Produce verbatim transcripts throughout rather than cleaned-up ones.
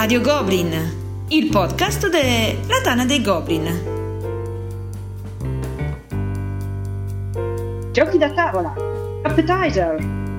Radio Goblin, il podcast della Tana dei Goblin. Giochi da tavola, appetizer.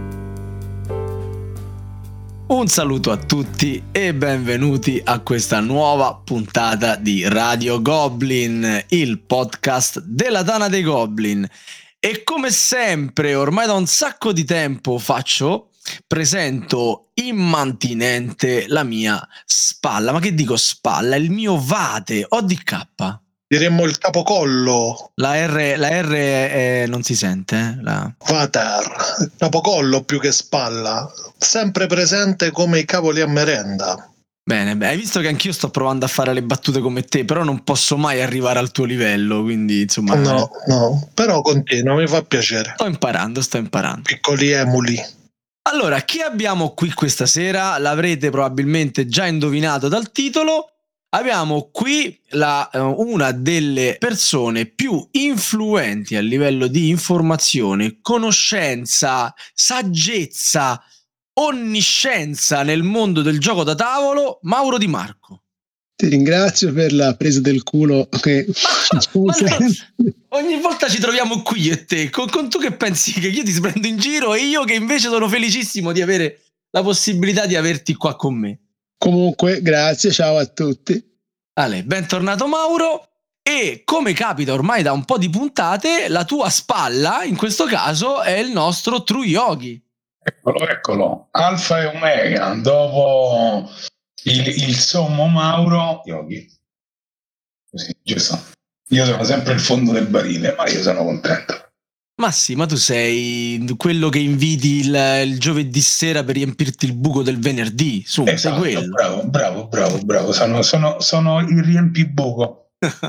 Un saluto a tutti e benvenuti a questa nuova puntata di Radio Goblin, il podcast della Tana dei Goblin. E come sempre, ormai da un sacco di tempo faccio, presento immantinente la mia spalla. Ma che dico spalla? Il mio vate O D K. Diremmo il capocollo. La R, la R è, non si sente, eh? La... Vater, capocollo più che spalla, sempre presente come i cavoli a merenda. Bene, beh, hai visto che anch'io sto provando a fare le battute come te, però non posso mai arrivare al tuo livello, quindi insomma... No, no, però continua, mi fa piacere. Sto imparando, sto imparando. Piccoli emuli. Allora, chi abbiamo qui questa sera? L'avrete probabilmente già indovinato dal titolo. Abbiamo qui la, una delle persone più influenti a livello di informazione, conoscenza, saggezza, onniscienza nel mondo del gioco da tavolo, Mauro Di Marco. Ti ringrazio per la presa del culo che ma, ma ogni volta ci troviamo qui e te con, con tu che pensi che io ti prendo in giro e io che invece sono felicissimo di avere la possibilità di averti qua con me. Comunque grazie, ciao a tutti. Ale, bentornato Mauro. E come capita ormai da un po' di puntate, la tua spalla in questo caso è il nostro True Yogi. Eccolo, eccolo, Alfa e Omega, dopo il, il sommo Mauro Yogi. Così, giusto. Io sono sempre il fondo del barile, ma io sono contento. Ma sì, ma tu sei quello che inviti il, il giovedì sera per riempirti il buco del venerdì, su, esatto, sei quello. Bravo, bravo, bravo, bravo, sono, sono, sono il riempibuco.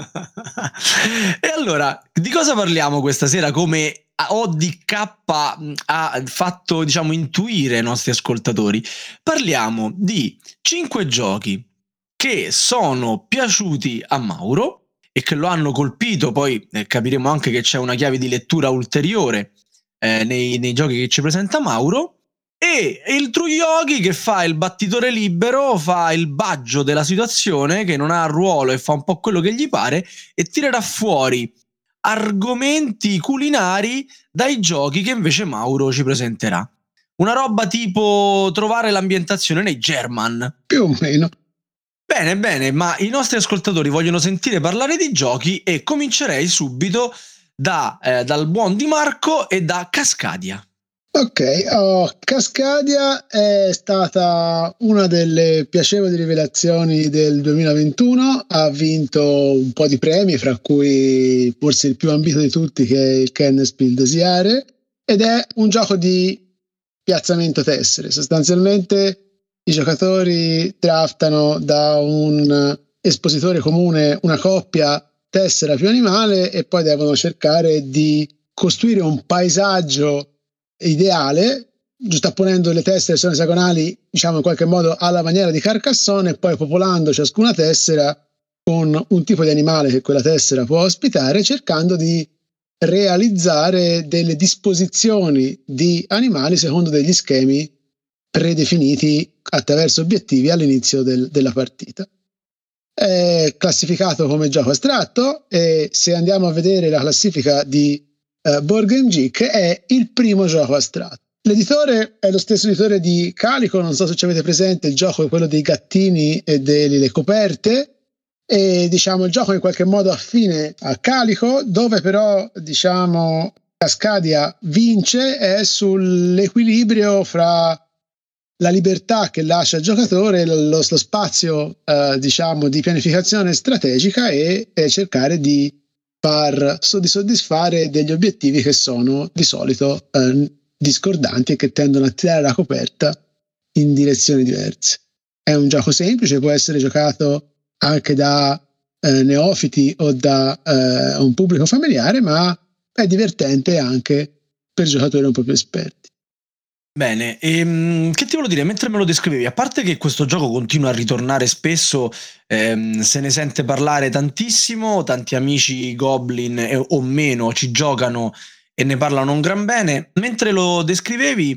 E allora, di cosa parliamo questa sera? Come O D K ha fatto, diciamo, intuire ai nostri ascoltatori, parliamo di cinque giochi che sono piaciuti a Mauro e che lo hanno colpito. Poi eh, capiremo anche che c'è una chiave di lettura ulteriore eh, nei, nei giochi che ci presenta Mauro, e il True Yogi che fa il battitore libero, fa il baggio della situazione, che non ha ruolo e fa un po' quello che gli pare e tirerà fuori argomenti culinari dai giochi che invece Mauro ci presenterà. Una roba tipo trovare l'ambientazione nei German. Più o meno. Bene, bene, ma i nostri ascoltatori vogliono sentire parlare di giochi e comincerei subito da, eh, dal buon Di Marco e da Cascadia. Ok, oh, Cascadia è stata una delle piacevoli rivelazioni del duemilaventuno, ha vinto un po' di premi, fra cui forse il più ambito di tutti, che è il Kennerspiel des Jahres, ed è un gioco di piazzamento tessere. Sostanzialmente i giocatori draftano da un espositore comune una coppia tessera più animale e poi devono cercare di costruire un paesaggio ideale, giustapponendo le tessere sono esagonali, diciamo in qualche modo alla maniera di Carcassonne, e poi popolando ciascuna tessera con un tipo di animale che quella tessera può ospitare, cercando di realizzare delle disposizioni di animali secondo degli schemi predefiniti attraverso obiettivi all'inizio del, della partita. È classificato come gioco astratto e se andiamo a vedere la classifica di uh, Board Game Geek è il primo gioco astratto. L'editore è lo stesso editore di Calico, non so se ci avete presente, il gioco è quello dei gattini e delle coperte, e diciamo il gioco è in qualche modo affine a Calico, dove però diciamo Cascadia vince è sull'equilibrio fra la libertà che lascia al giocatore, lo, lo spazio eh, diciamo di pianificazione strategica e, e cercare di far di soddisfare degli obiettivi che sono di solito eh, discordanti e che tendono a tirare la coperta in direzioni diverse. È un gioco semplice, può essere giocato anche da eh, neofiti o da eh, un pubblico familiare, ma è divertente anche per giocatori un po' più esperti. Bene, ehm, che ti volevo dire, mentre me lo descrivevi, a parte che questo gioco continua a ritornare spesso, ehm, se ne sente parlare tantissimo, tanti amici Goblin eh, o meno ci giocano e ne parlano un gran bene, mentre lo descrivevi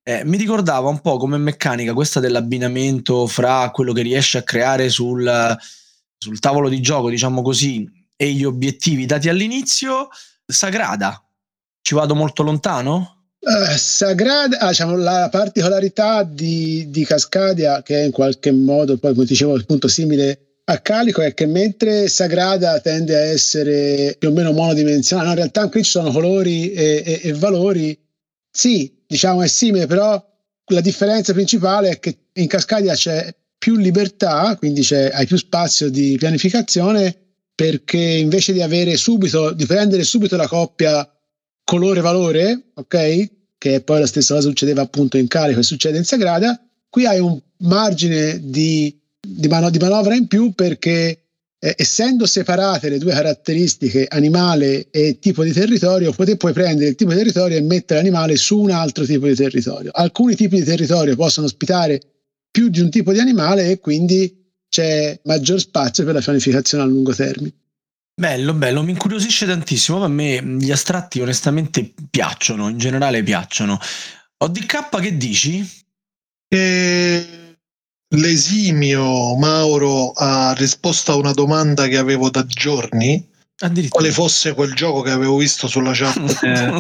Eh, mi ricordava un po' come meccanica questa dell'abbinamento fra quello che riesci a creare sul, sul tavolo di gioco, diciamo così, e gli obiettivi dati all'inizio. Sagrada, ci vado molto lontano? Uh, Sagrada, ah, diciamo, la particolarità di, di Cascadia, che è in qualche modo, poi come dicevo, appunto simile a Calico, è che mentre Sagrada tende a essere più o meno monodimensionale, no, in realtà qui ci sono colori e, e, e valori, sì, diciamo è simile, però la differenza principale è che in Cascadia c'è più libertà, quindi c'è, hai più spazio di pianificazione, perché invece di avere subito, di prendere subito la coppia colore-valore, ok? Che poi la stessa cosa succedeva appunto in Calico e succede in Sagrada, qui hai un margine di, di, mano, di manovra in più, perché eh, essendo separate le due caratteristiche, animale e tipo di territorio, puoi, puoi prendere il tipo di territorio e mettere l'animale su un altro tipo di territorio. Alcuni tipi di territorio possono ospitare più di un tipo di animale e quindi c'è maggior spazio per la pianificazione a lungo termine. Bello, bello, mi incuriosisce tantissimo. A me gli astratti onestamente piacciono, in generale piacciono. O D K, che dici? E l'esimio Mauro ha risposto a una domanda che avevo da giorni, quale fosse quel gioco che avevo visto sulla chat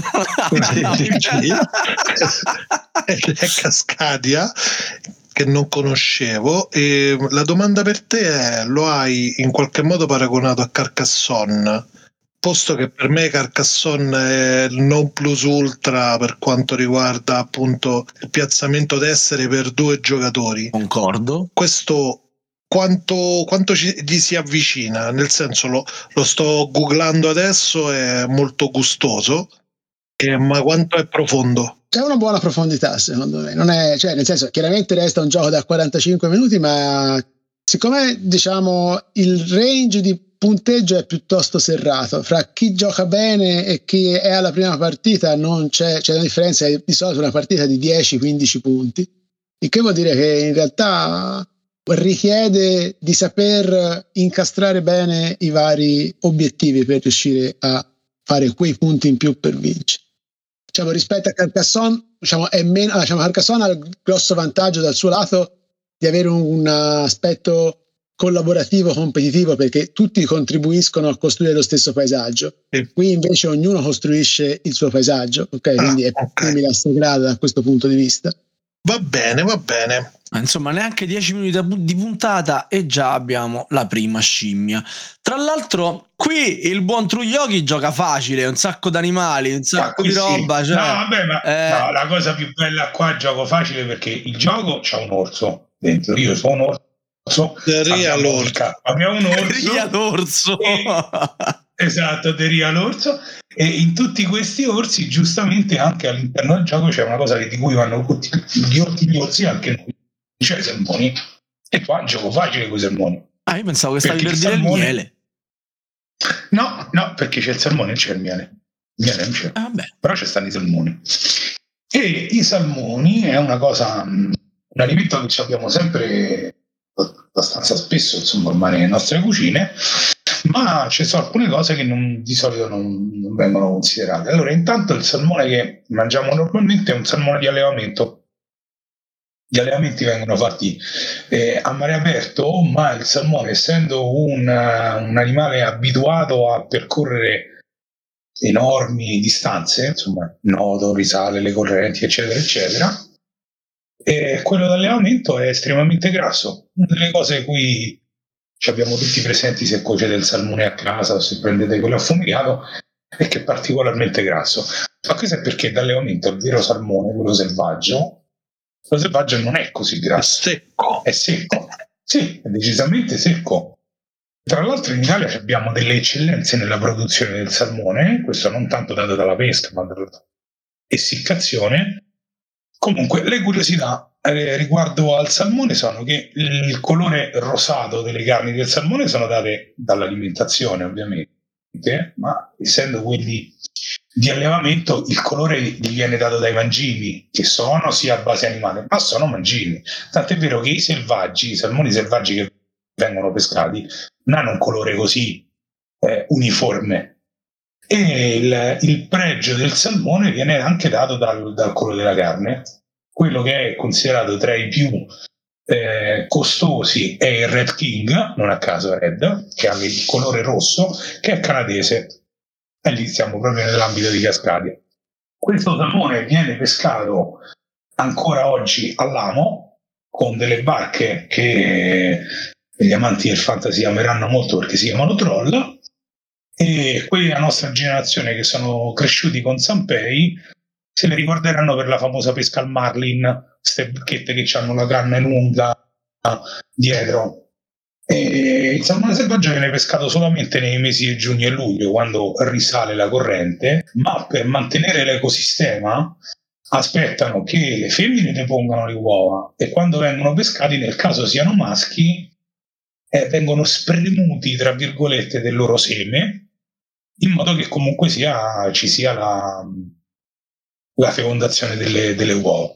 ed è Cascadia, che non conoscevo. E la domanda per te è: lo hai in qualche modo paragonato a Carcassonne, posto che per me Carcassonne è il non plus ultra per quanto riguarda appunto il piazzamento d'essere per due giocatori? Concordo. Questo quanto, quanto ci, gli si avvicina? Nel senso, lo, lo sto googlando adesso, è molto gustoso, eh, ma quanto è profondo? C'è una buona profondità, secondo me. Non è, cioè, nel senso, chiaramente resta un gioco da quarantacinque minuti, ma siccome diciamo il range di punteggio è piuttosto serrato, fra chi gioca bene e chi è alla prima partita non c'è, c'è una differenza di solito una partita di dieci quindici punti, il che vuol dire che in realtà richiede di saper incastrare bene i vari obiettivi per riuscire a fare quei punti in più per vincere. Diciamo, rispetto a Carcassonne, diciamo, è meno, diciamo, Carcassonne ha il grosso vantaggio dal suo lato di avere un, un aspetto collaborativo, competitivo, perché tutti contribuiscono a costruire lo stesso paesaggio. Sì. Qui invece ognuno costruisce il suo paesaggio, ok? Ah, quindi è più okay. simile a Sagrada da questo punto di vista. Va bene, va bene. Insomma, neanche dieci minuti di puntata e già abbiamo la prima scimmia. Tra l'altro, qui il buon Trugliochi gioca facile, un sacco d'animali, un sacco di roba. Sì. Cioè, no, vabbè, ma eh... no, la cosa più bella qua, gioco facile, perché il gioco c'ha un orso dentro. Io sono un orso. Ria l'orca. Abbiamo un orso. Ria l'orso. E... esatto, Ria l'orso. E in tutti questi orsi, giustamente, anche all'interno del gioco c'è una cosa di cui vanno tutti gli orsi, gli orsi anche noi. C'è i sermoni, e qua gioco facile con i sermoni. Ah, io pensavo che stavi per dire salmone... il miele. No, no, perché c'è il salmone e c'è il miele. Il miele non c'è. Ah, però ci stanno i salmoni. E i salmoni è una cosa, un alimento che abbiamo sempre abbastanza spesso, insomma, ormai nelle nostre cucine, ma ci sono alcune cose che non, di solito non, non vengono considerate. Allora, intanto il salmone che mangiamo normalmente è un salmone di allevamento. Gli allevamenti vengono fatti eh, a mare aperto, ma il salmone, essendo un, uh, un animale abituato a percorrere enormi distanze, insomma, nodo, risale, le correnti, eccetera, eccetera, e quello d'allevamento è estremamente grasso. Una delle cose cui ci abbiamo tutti presenti se cuocete il salmone a casa o se prendete quello affumicato è che è particolarmente grasso. Ma questo è perché d'allevamento il vero salmone, quello selvaggio, lo selvaggio non è così grasso, è secco, è secco, sì, è decisamente secco. Tra l'altro in Italia abbiamo delle eccellenze nella produzione del salmone, questo non tanto dato dalla pesca ma dall'essiccazione. Comunque le curiosità eh, riguardo al salmone sono che il colore rosato delle carni del salmone sono date dall'alimentazione ovviamente, ma essendo quelli di allevamento il colore gli viene dato dai mangimi, che sono sia a base animale ma sono mangimi, tant'è vero che i selvaggi, i salmoni selvaggi che vengono pescati non hanno un colore così eh, uniforme, e il, il pregio del salmone viene anche dato dal, dal colore della carne, quello che è considerato tra i più eh, costosi è il Red King, non a caso Red, che ha il colore rosso, che è canadese, e lì siamo proprio nell'ambito di Cascadia. Questo salmone viene pescato ancora oggi all'amo con delle barche che gli amanti del fantasy ameranno molto perché si chiamano troll, e quelli della nostra generazione che sono cresciuti con Sanpei se le ricorderanno per la famosa pesca al marlin, queste barchette che hanno la canna lunga dietro. E il salmone selvaggio viene pescato solamente nei mesi di giugno e luglio, quando risale la corrente, ma per mantenere l'ecosistema aspettano che le femmine depongano le uova, e quando vengono pescati, nel caso siano maschi, eh, vengono spremuti tra virgolette del loro seme, in modo che comunque sia, ci sia la, la fecondazione delle, delle uova.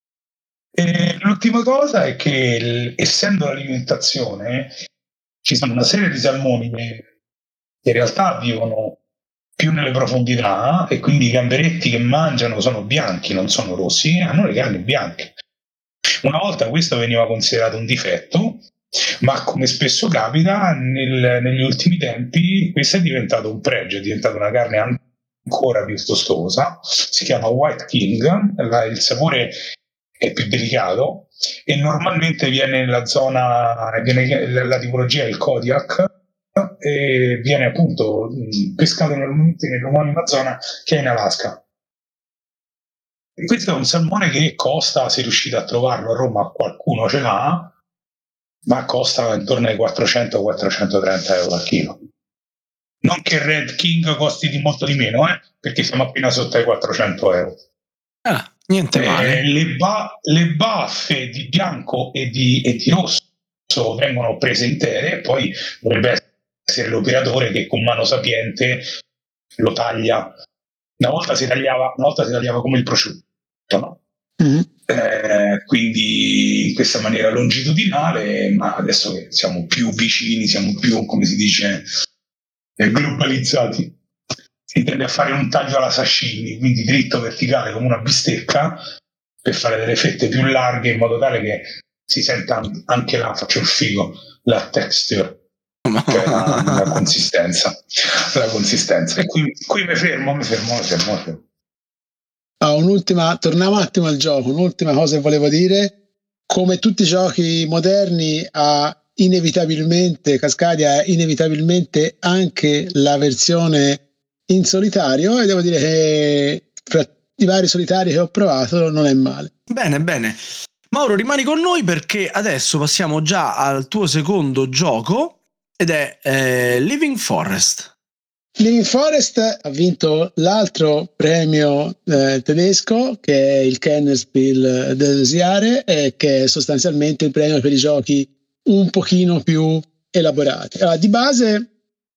E l'ultima cosa è che l- essendo l'alimentazione, ci sono una serie di salmoni che in realtà vivono più nelle profondità, e quindi i gamberetti che mangiano sono bianchi, non sono rossi, hanno le carni bianche. Una volta questo veniva considerato un difetto, ma come spesso capita nel, negli ultimi tempi questo è diventato un pregio, è diventata una carne ancora più costosa, si chiama White King, la, il sapore è più delicato e normalmente viene nella zona, viene, la, la tipologia è il Kodiak, e viene appunto mh, pescato normalmente nell'omonima zona che è in Alaska. E questo è un salmone che costa, se riuscite a trovarlo a Roma qualcuno ce l'ha, ma costa intorno ai quattrocento quattrocentotrenta euro al chilo. Non che il Red King costi di molto di meno, eh, perché siamo appena sotto ai quattrocento euro. Ah, niente male. Eh, le, ba- le baffe di bianco e di, e di rosso vengono prese intere, e poi dovrebbe essere l'operatore che con mano sapiente lo taglia. Una volta si tagliava, una volta si tagliava come il prosciutto, no? Mm-hmm. Eh, quindi in questa maniera longitudinale, ma adesso che siamo più vicini, siamo più, come si dice, eh, globalizzati, si tende a fare un taglio alla sashimi, quindi dritto verticale come una bistecca, per fare delle fette più larghe in modo tale che si senta anche là, faccio il figo, la texture, cioè la, la consistenza la consistenza e qui, qui mi fermo mi fermo mi fermo, mi fermo. Ah, un'ultima, torniamo un attimo al gioco, un'ultima cosa che volevo dire: come tutti i giochi moderni ha inevitabilmente, Cascadia ha inevitabilmente anche la versione in solitario, e devo dire che fra i vari solitari che ho provato non è male. Bene, bene. Mauro, rimani con noi perché adesso passiamo già al tuo secondo gioco, ed è eh, Living Forest. Living Forest ha vinto l'altro premio eh, tedesco, che è il Kennerspiel des Jahres, eh, che è sostanzialmente il premio per i giochi un pochino più elaborati. Allora, di base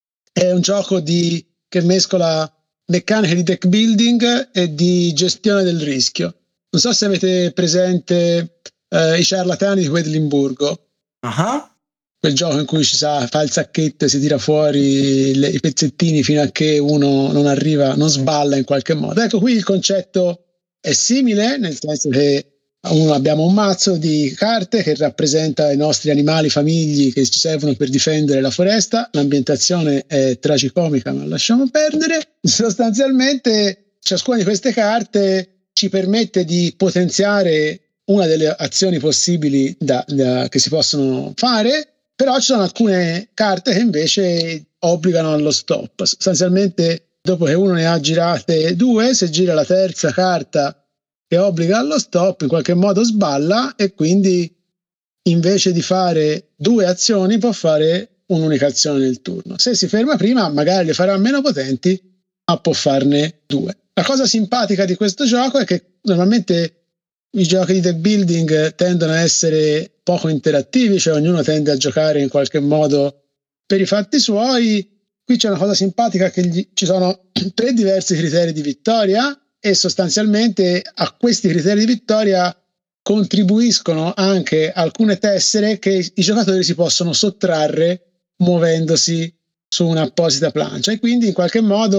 è un gioco di, che mescola meccaniche di deck building e di gestione del rischio. Non so se avete presente eh, i ciarlatani di Quedlinburgo. Uh-huh. Quel gioco in cui ci sa, fa il sacchetto e si tira fuori le, i pezzettini fino a che uno non arriva, non sballa in qualche modo. Ecco, qui il concetto è simile, nel senso che uno, abbiamo un mazzo di carte che rappresenta i nostri animali famigli che ci servono per difendere la foresta. L'ambientazione è tragicomica, ma lasciamo perdere. Sostanzialmente ciascuna di queste carte ci permette di potenziare una delle azioni possibili da, da, che si possono fare. Però ci sono alcune carte che invece obbligano allo stop. Sostanzialmente, dopo che uno ne ha girate due, se gira la terza carta che obbliga allo stop, in qualche modo sballa, e quindi invece di fare due azioni può fare un'unica azione nel turno. Se si ferma prima, magari le farà meno potenti, ma può farne due. La cosa simpatica di questo gioco è che normalmente i giochi di deck building tendono a essere poco interattivi, cioè ognuno tende a giocare in qualche modo per i fatti suoi. Qui c'è una cosa simpatica, che gli, ci sono tre diversi criteri di vittoria, e sostanzialmente a questi criteri di vittoria contribuiscono anche alcune tessere che i giocatori si possono sottrarre muovendosi su un'apposita plancia, e quindi in qualche modo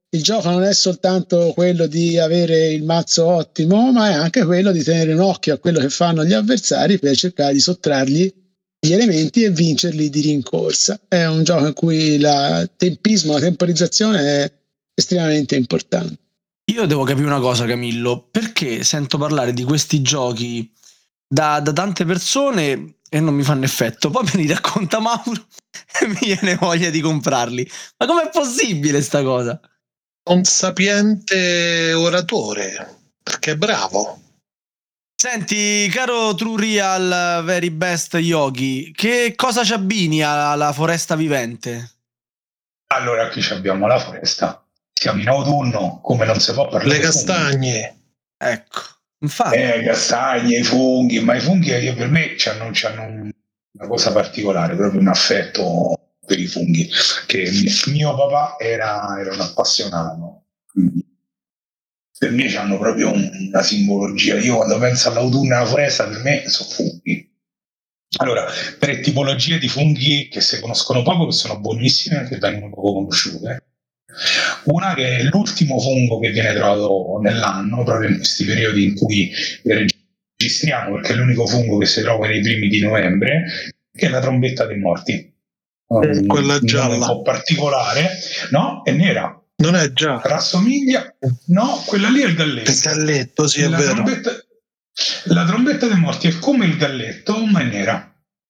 il gioco non è soltanto quello di avere il mazzo ottimo, ma è anche quello di tenere un occhio a quello che fanno gli avversari per cercare di sottrargli gli elementi e vincerli di rincorsa. È un gioco in cui la tempismo, la temporizzazione è estremamente importante. Io devo capire una cosa, Camillo, perché sento parlare di questi giochi da, da tante persone e non mi fanno effetto, poi me li racconta Mauro e mi viene voglia di comprarli. Ma com'è possibile sta cosa? Un sapiente oratore, perché è bravo. Senti, caro True Real Very Best Yogi, che cosa ci abbini alla foresta vivente? Allora, qui abbiamo la foresta. Siamo in autunno, come non si può parlare. Le castagne. Ecco, infatti. Eh, castagne, i funghi, ma i funghi io, per me c'hanno, c'hanno una cosa particolare, proprio un affetto per i funghi, che mio papà era, era un appassionato. Quindi per me c'hanno proprio una simbologia. Io quando penso all'autunno e alla foresta, per me sono funghi. Allora, tre tipologie di funghi che si conoscono poco, che sono buonissime, che vengono poco conosciute. Una che è l'ultimo fungo che viene trovato nell'anno, proprio in questi periodi in cui registriamo, perché è l'unico fungo che si trova nei primi di novembre, che è la trombetta dei morti. Um, Quella gialla. Un po' particolare, no? È nera. Non è già. Rassomiglia, no? Quella lì è il galletto. Il galletto, sì, è la vero. Trombetta, la trombetta dei morti è come il galletto, ma è nera.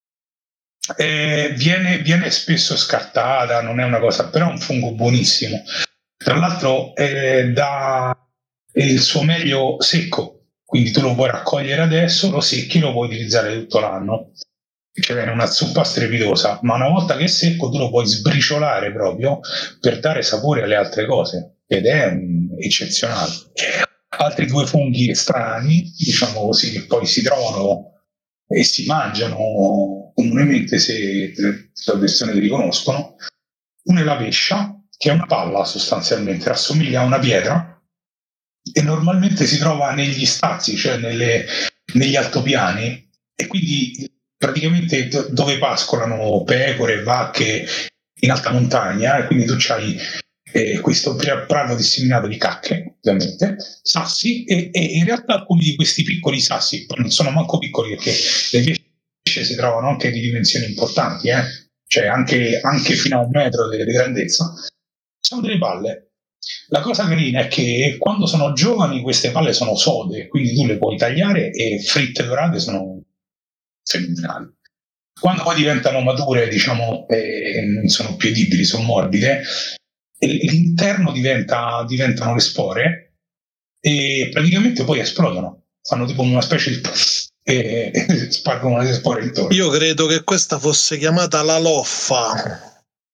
Eh, viene, viene spesso scartata, non è una cosa, però è un fungo buonissimo. Tra l'altro eh, dà il suo meglio secco, quindi tu lo puoi raccogliere adesso, lo secchi, lo puoi utilizzare tutto l'anno, che viene una zuppa strepitosa, ma una volta che è secco tu lo puoi sbriciolare proprio per dare sapore alle altre cose, ed è um, eccezionale. Altri due funghi strani, diciamo così, che poi si trovano e si mangiano comunemente, se le persone li riconoscono. Una è la pescia, che è una palla sostanzialmente, rassomiglia a una pietra e normalmente si trova negli spazi, cioè nelle, negli altopiani, e quindi praticamente dove pascolano pecore, vacche in alta montagna, e quindi tu c'hai eh, questo prato disseminato di cacche, ovviamente, sassi, e, e in realtà alcuni di questi piccoli sassi, non sono manco piccoli perché le pesce si trovano anche di dimensioni importanti, eh? Cioè anche, anche fino a un metro di, di grandezza, sono delle palle. La cosa carina è che quando sono giovani queste palle sono sode, quindi tu le puoi tagliare e fritte dorate sono fenomenali. Quando poi diventano mature, diciamo, eh, non sono più edibili, sono morbide, e l'interno diventa, diventano le spore e praticamente poi esplodono, fanno tipo una specie di puff e, e spargono le spore intorno. Io credo che questa fosse chiamata la loffa.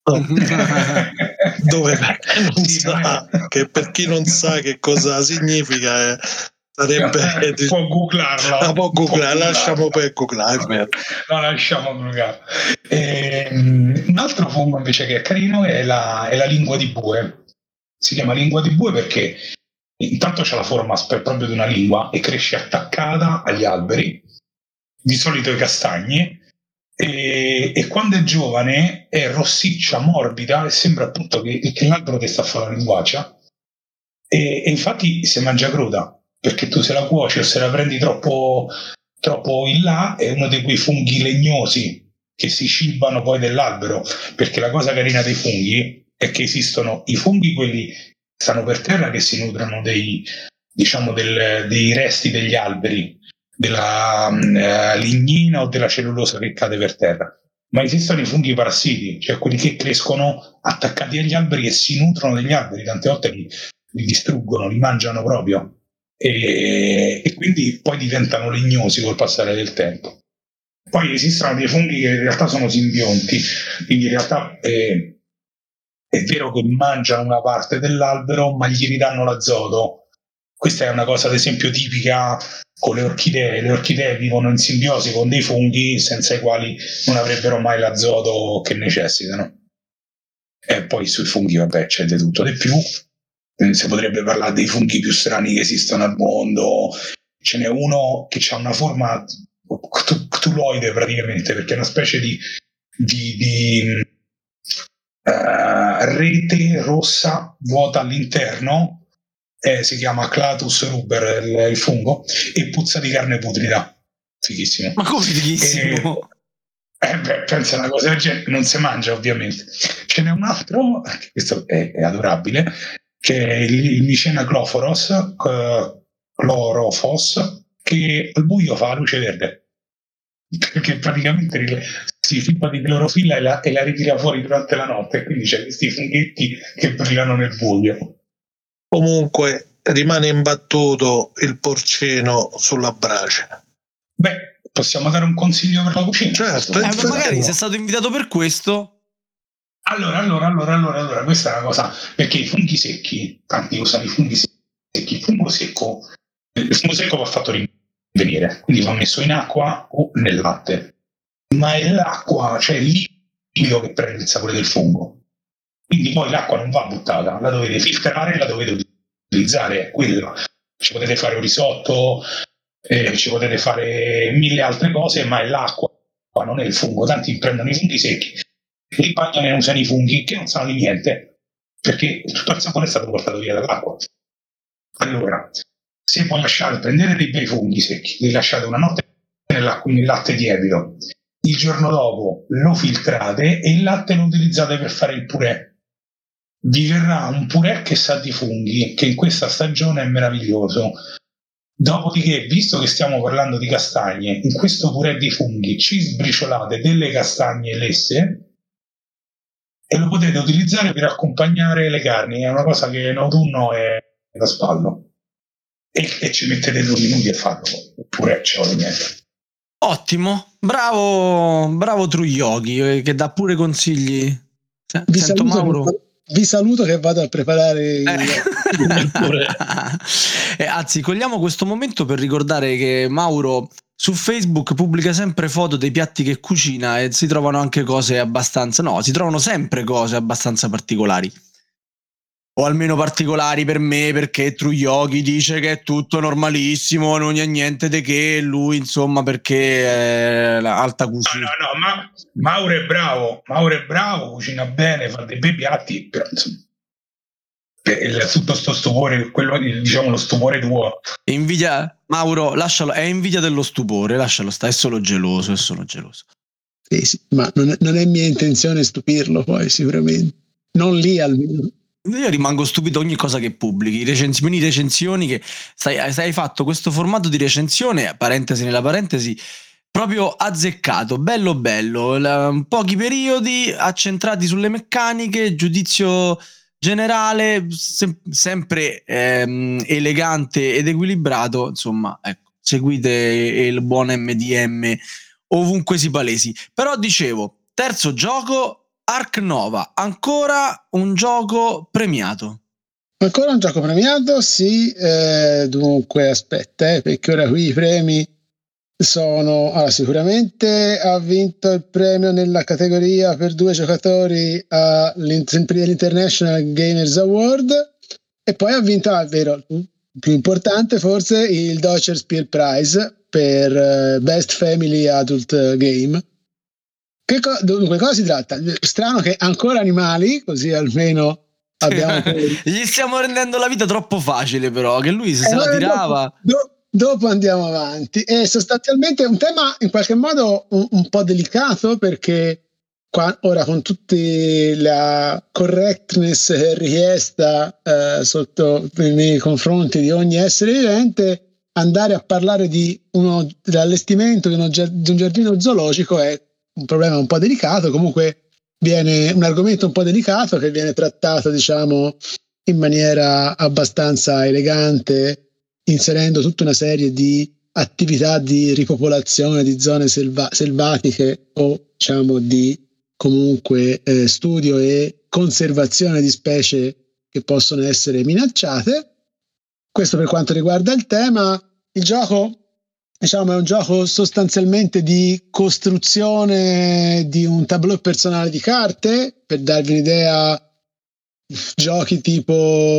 Dove non sì, sa, non che per chi non sa che cosa significa, eh, sarebbe eh, può googlarla, ah, può googlare, può lasciamo per googlare. No, lasciamo googlare. E, um, un altro fungo invece che è carino è la, è la lingua di bue. Si chiama lingua di bue perché intanto c'è la forma proprio di una lingua e cresce attaccata agli alberi, di solito ai castagni. E, e quando è giovane è rossiccia, morbida, e sembra appunto che, che l'albero ti sta a fare la linguaccia, e, e infatti si mangia cruda, perché tu se la cuoci o se la prendi troppo, troppo in là è uno di quei funghi legnosi che si cibano poi dell'albero, perché la cosa carina dei funghi è che esistono i funghi, quelli che stanno per terra, che si nutrono dei, diciamo del, dei resti degli alberi, della uh, lignina o della cellulosa che cade per terra, ma esistono i funghi parassiti, cioè quelli che crescono attaccati agli alberi e si nutrono degli alberi, tante volte li, li distruggono, li mangiano proprio, e, e quindi poi diventano legnosi col passare del tempo. Poi esistono dei funghi che in realtà sono simbionti, quindi in realtà eh, è vero che mangiano una parte dell'albero ma gli ridanno l'azoto. Questa è una cosa ad esempio tipica con le orchidee. Le orchidee vivono in simbiosi con dei funghi senza i quali non avrebbero mai l'azoto che necessitano. E poi sui funghi, vabbè, c'è di tutto di più. Si potrebbe parlare dei funghi più strani che esistono al mondo. Ce n'è uno che ha una forma ctuloide praticamente, perché è una specie di, di, di uh, rete rossa vuota all'interno, eh, si chiama Clatus ruber il, il fungo, e puzza di carne putrida. Fighissimo. Ma come fighissimo? E, eh, beh, pensa una cosa del genere, non si mangia ovviamente. Ce n'è un altro, questo è, è adorabile, che è il, il Mycena chlorophos, uh, chlorophos, che al buio fa la luce verde, perché praticamente si fibra di clorofilla e la, e la ritira fuori durante la notte, e quindi c'è questi funghetti che brillano nel buio. Comunque rimane imbattuto il porcino sulla brace. Beh, possiamo dare un consiglio per la cucina? Certo, Eh, ma magari sei stato invitato per questo. Allora, allora, allora, allora, allora, questa è una cosa, perché i funghi secchi, tanti usano i funghi secchi, il fungo secco, il fungo secco va fatto rinvenire, quindi va messo in acqua o nel latte, ma è l'acqua, cioè il liquido che prende il sapore del fungo, quindi poi l'acqua non va buttata, la dovete filtrare, la dovete utilizzare, quello. Ci potete fare un risotto, eh, ci potete fare mille altre cose, ma è l'acqua, non è il fungo. Tanti prendono i funghi secchi, li bagnano e usano i funghi che non sanno di niente, perché tutto il sapore è stato portato via dall'acqua. Allora, se poi lasciate, prendete dei bei funghi secchi, li lasciate una notte nell'acqua, nel latte tiepido, il giorno dopo lo filtrate e il latte lo utilizzate per fare il purè. Vi verrà un purè che sa di funghi, che in questa stagione è meraviglioso. Dopodiché, visto che stiamo parlando di castagne, in questo purè di funghi ci sbriciolate delle castagne lesse e lo potete utilizzare per accompagnare le carni. È una cosa che in autunno è da spallo, e, e ci mettete due minuti a farlo, oppure ci vuole niente. Ottimo, bravo, bravo True Yogi, che dà pure consigli. Vi Sento saluto, Mauro. che, vi saluto che vado a preparare il, Eh. il purè. Eh, anzi, cogliamo questo momento per ricordare che Mauro su Facebook pubblica sempre foto dei piatti che cucina e si trovano anche cose abbastanza, no, si trovano sempre cose abbastanza particolari. O almeno particolari per me, perché True Yogi dice che è tutto normalissimo, non c'è niente di che, lui insomma perché è alta cucina. No, no, no, ma Mauro è bravo, Mauro è bravo, cucina bene, fa dei bei piatti, però insomma, il, tutto sto stupore, quello, diciamo lo stupore tuo. Invidia, Mauro, lascialo, è invidia dello stupore, lascialo stare, è solo geloso, è solo geloso. Sì, sì, ma non è, non è mia intenzione stupirlo poi, sicuramente. Non lì almeno. Io rimango stupito ogni cosa che pubblichi, recensioni, recensioni che stai, stai fatto questo formato di recensione, parentesi nella parentesi, proprio azzeccato, bello bello, la, pochi periodi accentrati sulle meccaniche, giudizio generale, sem- sempre ehm, elegante ed equilibrato, insomma, ecco, seguite il buon M D M ovunque si palesi. Però dicevo, terzo gioco, Ark Nova, ancora un gioco premiato. Ancora un gioco premiato, sì, eh, dunque aspetta, eh, perché ora qui i premi sono, allora, sicuramente ha vinto il premio nella categoria per due giocatori all'International Gamers Award, e poi ha vinto, ah, è vero, il più importante forse, il Deutscher Spiel Prize per uh, Best Family Adult Game. Che co- dunque, cosa si tratta? Strano che ancora animali, così almeno abbiamo Gli stiamo rendendo la vita troppo facile, però, che lui se, eh, se la tirava. Dopo, do, dopo andiamo avanti. E sostanzialmente è un tema in qualche modo un, un po' delicato, perché qua, ora con tutta la correctness richiesta eh, sotto nei confronti di ogni essere vivente, andare a parlare di uno, dell'allestimento di, uno, di un giardino zoologico è un problema un po' delicato. Comunque viene un argomento un po' delicato che viene trattato, diciamo, in maniera abbastanza elegante, inserendo tutta una serie di attività di ripopolazione di zone selva- selvatiche o, diciamo, di comunque eh, studio e conservazione di specie che possono essere minacciate. Questo per quanto riguarda il tema. Il gioco, diciamo, è un gioco sostanzialmente di costruzione di un tableau personale di carte. Per darvi un'idea, giochi tipo,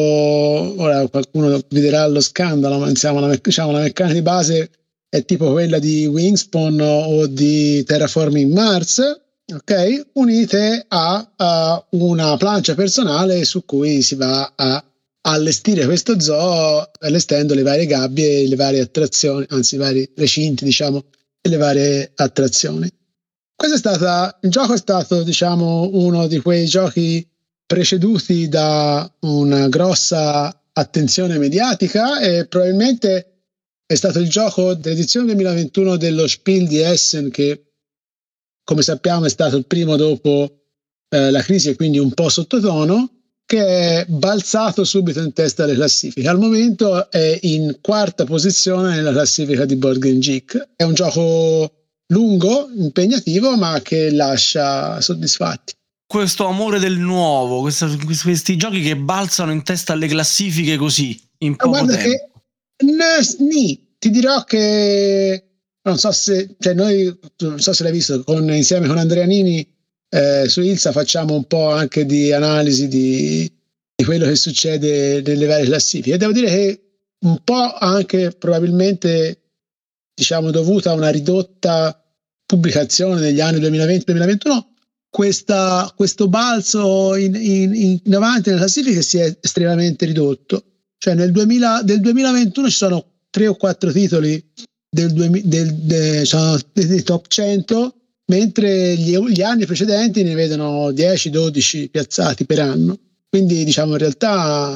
ora qualcuno vedrà lo scandalo, ma insomma la, diciamo, la meccanica di base è tipo quella di Wingspan o di Terraforming Mars, ok, unite a, a una plancia personale su cui si va a allestire questo zoo, allestendo le varie gabbie, le varie attrazioni, anzi i vari recinti, diciamo, e le varie attrazioni. Questo è stata, il gioco è stato, diciamo, uno di quei giochi preceduti da una grossa attenzione mediatica, e probabilmente è stato il gioco dell'edizione duemilaventuno dello Spiel di Essen, che come sappiamo è stato il primo dopo eh, la crisi e quindi un po' sottotono, che è balzato subito in testa alle classifiche. Al momento è in quarta posizione nella classifica di Board Game Geek. È un gioco lungo, impegnativo, ma che lascia soddisfatti. Questo amore del nuovo, questa, questi giochi che balzano in testa alle classifiche così, in poco Guarda tempo. Che, nì, ti dirò che non so se, cioè noi, non so se l'hai visto, con, insieme con Andrea Nini eh, su Ilsa facciamo un po' anche di analisi di, di quello che succede nelle varie classifiche, e devo dire che un po' anche probabilmente, diciamo, dovuta a una ridotta pubblicazione negli anni duemilaventi duemilaventuno, questa, questo balzo in, in, in avanti nelle classifiche si è estremamente ridotto. Cioè nel duemila, del duemilaventuno ci sono tre o quattro titoli del, del, del, del, sono dei top cento, mentre gli, gli anni precedenti ne vedono dieci dodici piazzati per anno. Quindi diciamo in realtà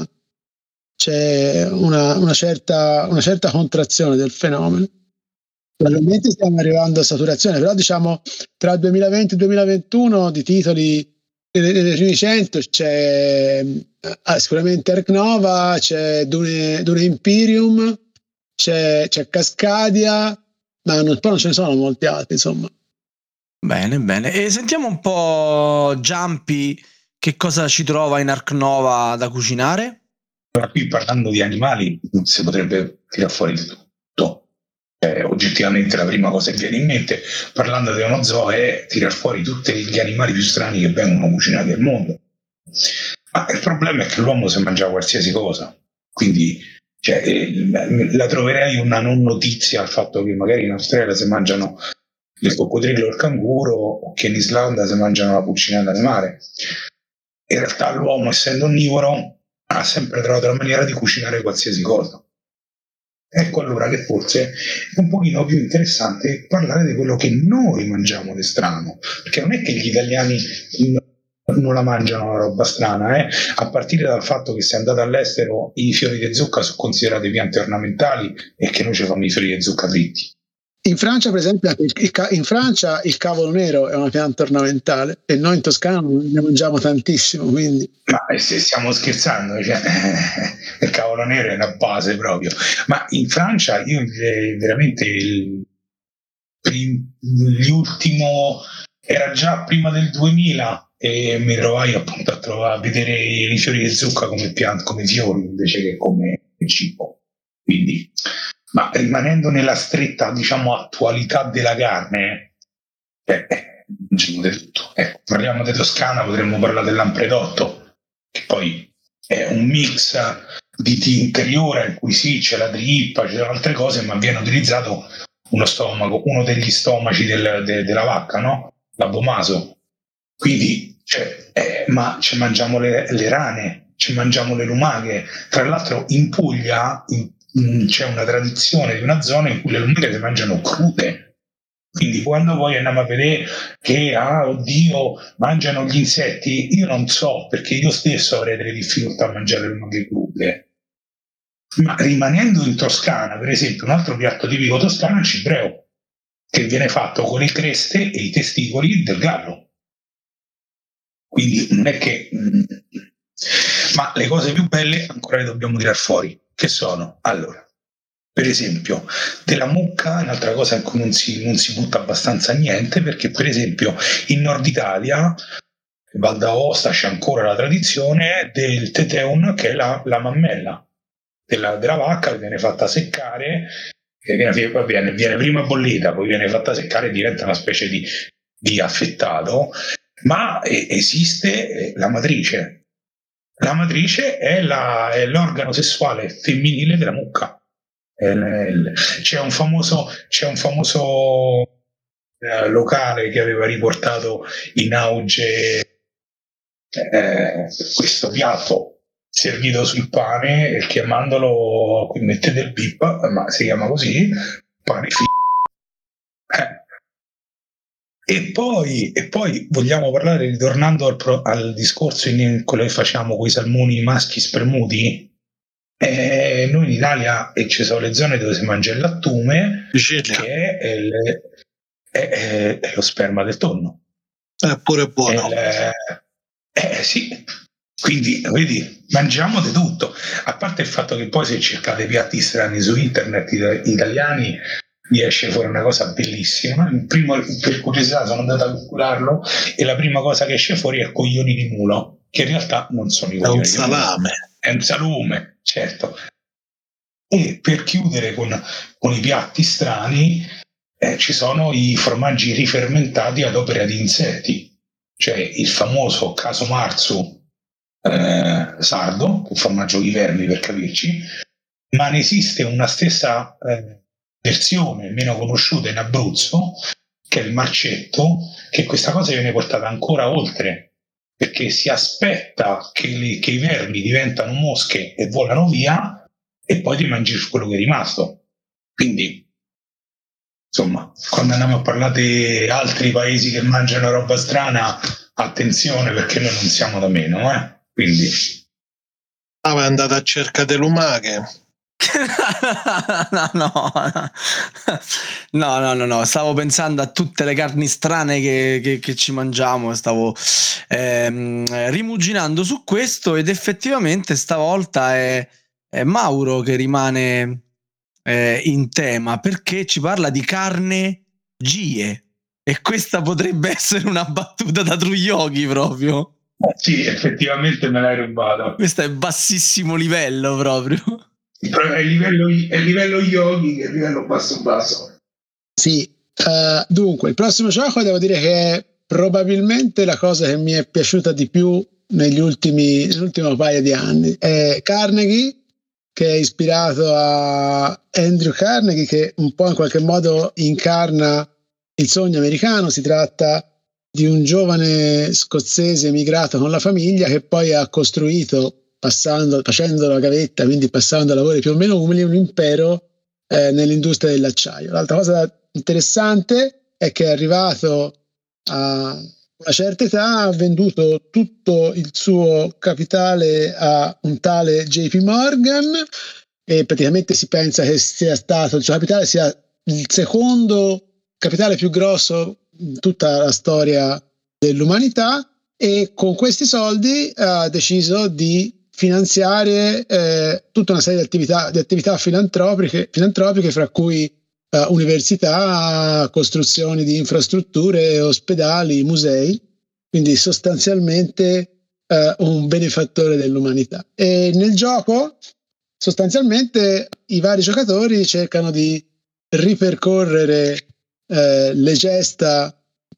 c'è una, una, certa, una certa contrazione del fenomeno. Probabilmente stiamo arrivando a saturazione, però diciamo tra il duemilaventi e il duemilaventuno di titoli delle primi cento c'è ah, sicuramente Ark Nova, c'è Dune, Dune Imperium, c'è, c'è Cascadia, ma non, poi non ce ne sono molti altri, insomma. Bene, bene. E sentiamo un po' Jumpy, che cosa ci trova in Ark Nova da cucinare? Qui parlando di animali si potrebbe tirare fuori di tutto. Eh, oggettivamente la prima cosa che viene in mente parlando di uno zoo è tirar fuori tutti gli animali più strani che vengono cucinati al mondo. Ma il problema è che l'uomo si mangia qualsiasi cosa, quindi cioè, eh, la troverei una non notizia al fatto che magari in Australia si mangiano il coccodrillo o il canguro, o che in Islanda si mangiano la pulcinella di mare. In realtà l'uomo, essendo onnivoro, ha sempre trovato la maniera di cucinare qualsiasi cosa. Ecco allora che forse è un pochino più interessante parlare di quello che noi mangiamo di strano, perché non è che gli italiani non la mangiano la roba strana, eh? A partire dal fatto che se andate all'estero i fiori di zucca sono considerati piante ornamentali e che noi ci fanno i fiori di zucca dritti. In Francia, per esempio, il, il, in Francia il cavolo nero è una pianta ornamentale e noi in Toscana ne mangiamo tantissimo, quindi. Ma se stiamo scherzando, cioè, il cavolo nero è una base proprio. Ma in Francia io veramente il, l'ultimo era già prima del duemila e mi trovai appunto a, trovare, a vedere i fiori di zucca come piante, come fiori invece che come cibo. Quindi, ma rimanendo nella stretta, diciamo, attualità della carne, eh, eh, mangiamo di tutto. Eh, parliamo di Toscana, potremmo parlare dell'ampredotto, che poi è un mix di, di interiore in cui sì, c'è la trippa, c'è altre cose, ma viene utilizzato uno stomaco, uno degli stomaci del, de, della vacca, no? L'abomaso. Quindi, cioè, eh, ma ci mangiamo le, le rane, ci mangiamo le lumache. Tra l'altro in Puglia in, in, c'è una tradizione di una zona in cui le lumache si mangiano crude. Quindi quando poi andiamo a vedere che, ah, oddio, mangiano gli insetti, io non so, perché io stesso avrei delle difficoltà a mangiare le lumache crude. Ma rimanendo in Toscana, per esempio, un altro piatto tipico toscano è il cibreo, che viene fatto con le creste e i testicoli del gallo. Quindi non è che... Ma le cose più belle ancora le dobbiamo tirar fuori, che sono, allora, per esempio, della mucca è un'altra cosa in cui non si, non si butta abbastanza niente, perché per esempio in Nord Italia, Val d'Aosta, c'è ancora la tradizione del teteun, che è la, la mammella della, della vacca, che viene fatta seccare, che viene, viene, viene prima bollita, poi viene fatta seccare e diventa una specie di, di affettato, ma eh, esiste la matrice. La matrice è, la, è l'organo sessuale femminile della mucca. C'è un famoso c'è un famoso eh, locale che aveva riportato in auge eh, questo piatto servito sul pane e chiamandolo, qui mettete il bip, ma si chiama così, pane fi- eh. E poi, e poi vogliamo parlare, ritornando al, pro, al discorso in quello che facciamo con i salmoni maschi spremuti. Eh, noi in Italia e ci sono le zone dove si mangia il lattume, Sicilia. che è, il, è, è, è lo sperma del tonno. È pure buono. È il, eh sì, quindi vedi, mangiamo di tutto. A parte il fatto che poi se cercate piatti strani su internet italiani mi esce fuori una cosa bellissima. Il primo, per curiosità, sono andato a calcolarlo e la prima cosa che esce fuori è coglioni di mulo, che in realtà non sono i È coglioni un di mulo. salame. È un salume, certo. E per chiudere con, con i piatti strani, eh, ci sono i formaggi rifermentati ad opera di insetti, cioè il famoso caso marzu eh, sardo, un formaggio di vermi per capirci, ma ne esiste una stessa eh, versione meno conosciuta in Abruzzo, che è il marcetto, che questa cosa viene portata ancora oltre, perché si aspetta che, le, che i vermi diventano mosche e volano via e poi ti mangi quello che è rimasto. Quindi, insomma, quando andiamo a parlare di altri paesi che mangiano roba strana, attenzione, perché noi non siamo da meno, eh? Quindi... Ah, ma è andata a cercare lumache. no, no, no, no, no, no, stavo pensando a tutte le carni strane che, che, che ci mangiamo, stavo ehm, rimuginando su questo ed effettivamente stavolta è, è Mauro che rimane eh, in tema, perché ci parla di carne gie e questa potrebbe essere una battuta da True Yogi proprio. Sì, effettivamente me l'hai rubata. Questo è bassissimo livello proprio. È il livello, è il livello yogi che è il livello basso basso. Sì, uh, dunque il prossimo gioco devo dire che è probabilmente la cosa che mi è piaciuta di più negli ultimi nell'ultimo paio di anni. È Carnegie, che è ispirato a Andrew Carnegie, che un po' in qualche modo incarna il sogno americano. Si tratta di un giovane scozzese emigrato con la famiglia che poi ha costruito, passando, facendo la gavetta, quindi passando a lavori più o meno umili, un impero eh, nell'industria dell'acciaio. L'altra cosa interessante è che è arrivato a una certa età, ha venduto tutto il suo capitale a un tale J P Morgan e praticamente si pensa che sia stato, il suo capitale sia il secondo capitale più grosso in tutta la storia dell'umanità, e con questi soldi ha deciso di finanziare eh, tutta una serie di attività, di attività filantropiche, filantropiche fra cui eh, università, costruzioni di infrastrutture, ospedali, musei, quindi sostanzialmente eh, un benefattore dell'umanità. E nel gioco sostanzialmente i vari giocatori cercano di ripercorrere eh, le gesta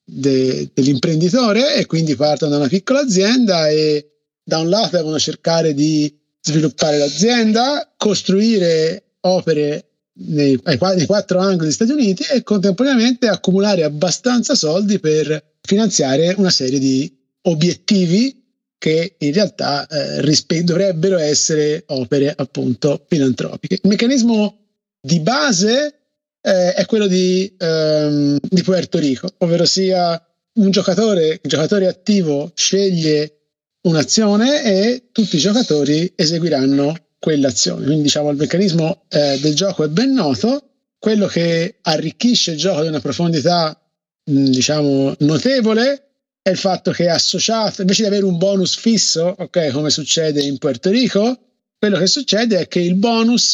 de, dell'imprenditore, e quindi partono da una piccola azienda e da un lato devono cercare di sviluppare l'azienda, costruire opere nei, nei quattro angoli degli Stati Uniti e contemporaneamente accumulare abbastanza soldi per finanziare una serie di obiettivi che in realtà eh, rispe- dovrebbero essere opere appunto filantropiche. Il meccanismo di base eh, è quello di, ehm, di Puerto Rico, ovvero sia un giocatore, il giocatore attivo sceglie un'azione e tutti i giocatori eseguiranno quell'azione. Quindi diciamo il meccanismo eh, del gioco è ben noto. Quello che arricchisce il gioco di una profondità mh, diciamo notevole è il fatto che è associato, invece di avere un bonus fisso, ok, come succede in Puerto Rico, quello che succede è che il bonus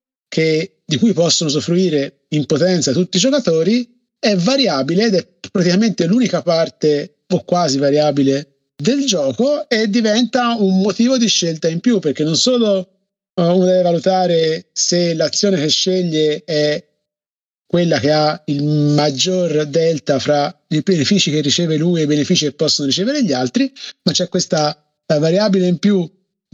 che, di cui possono usufruire in potenza tutti i giocatori è variabile ed è praticamente l'unica parte o quasi variabile del gioco, e diventa un motivo di scelta in più, perché non solo uh, uno deve valutare se l'azione che sceglie è quella che ha il maggior delta fra i benefici che riceve lui e i benefici che possono ricevere gli altri, ma c'è questa uh, variabile in più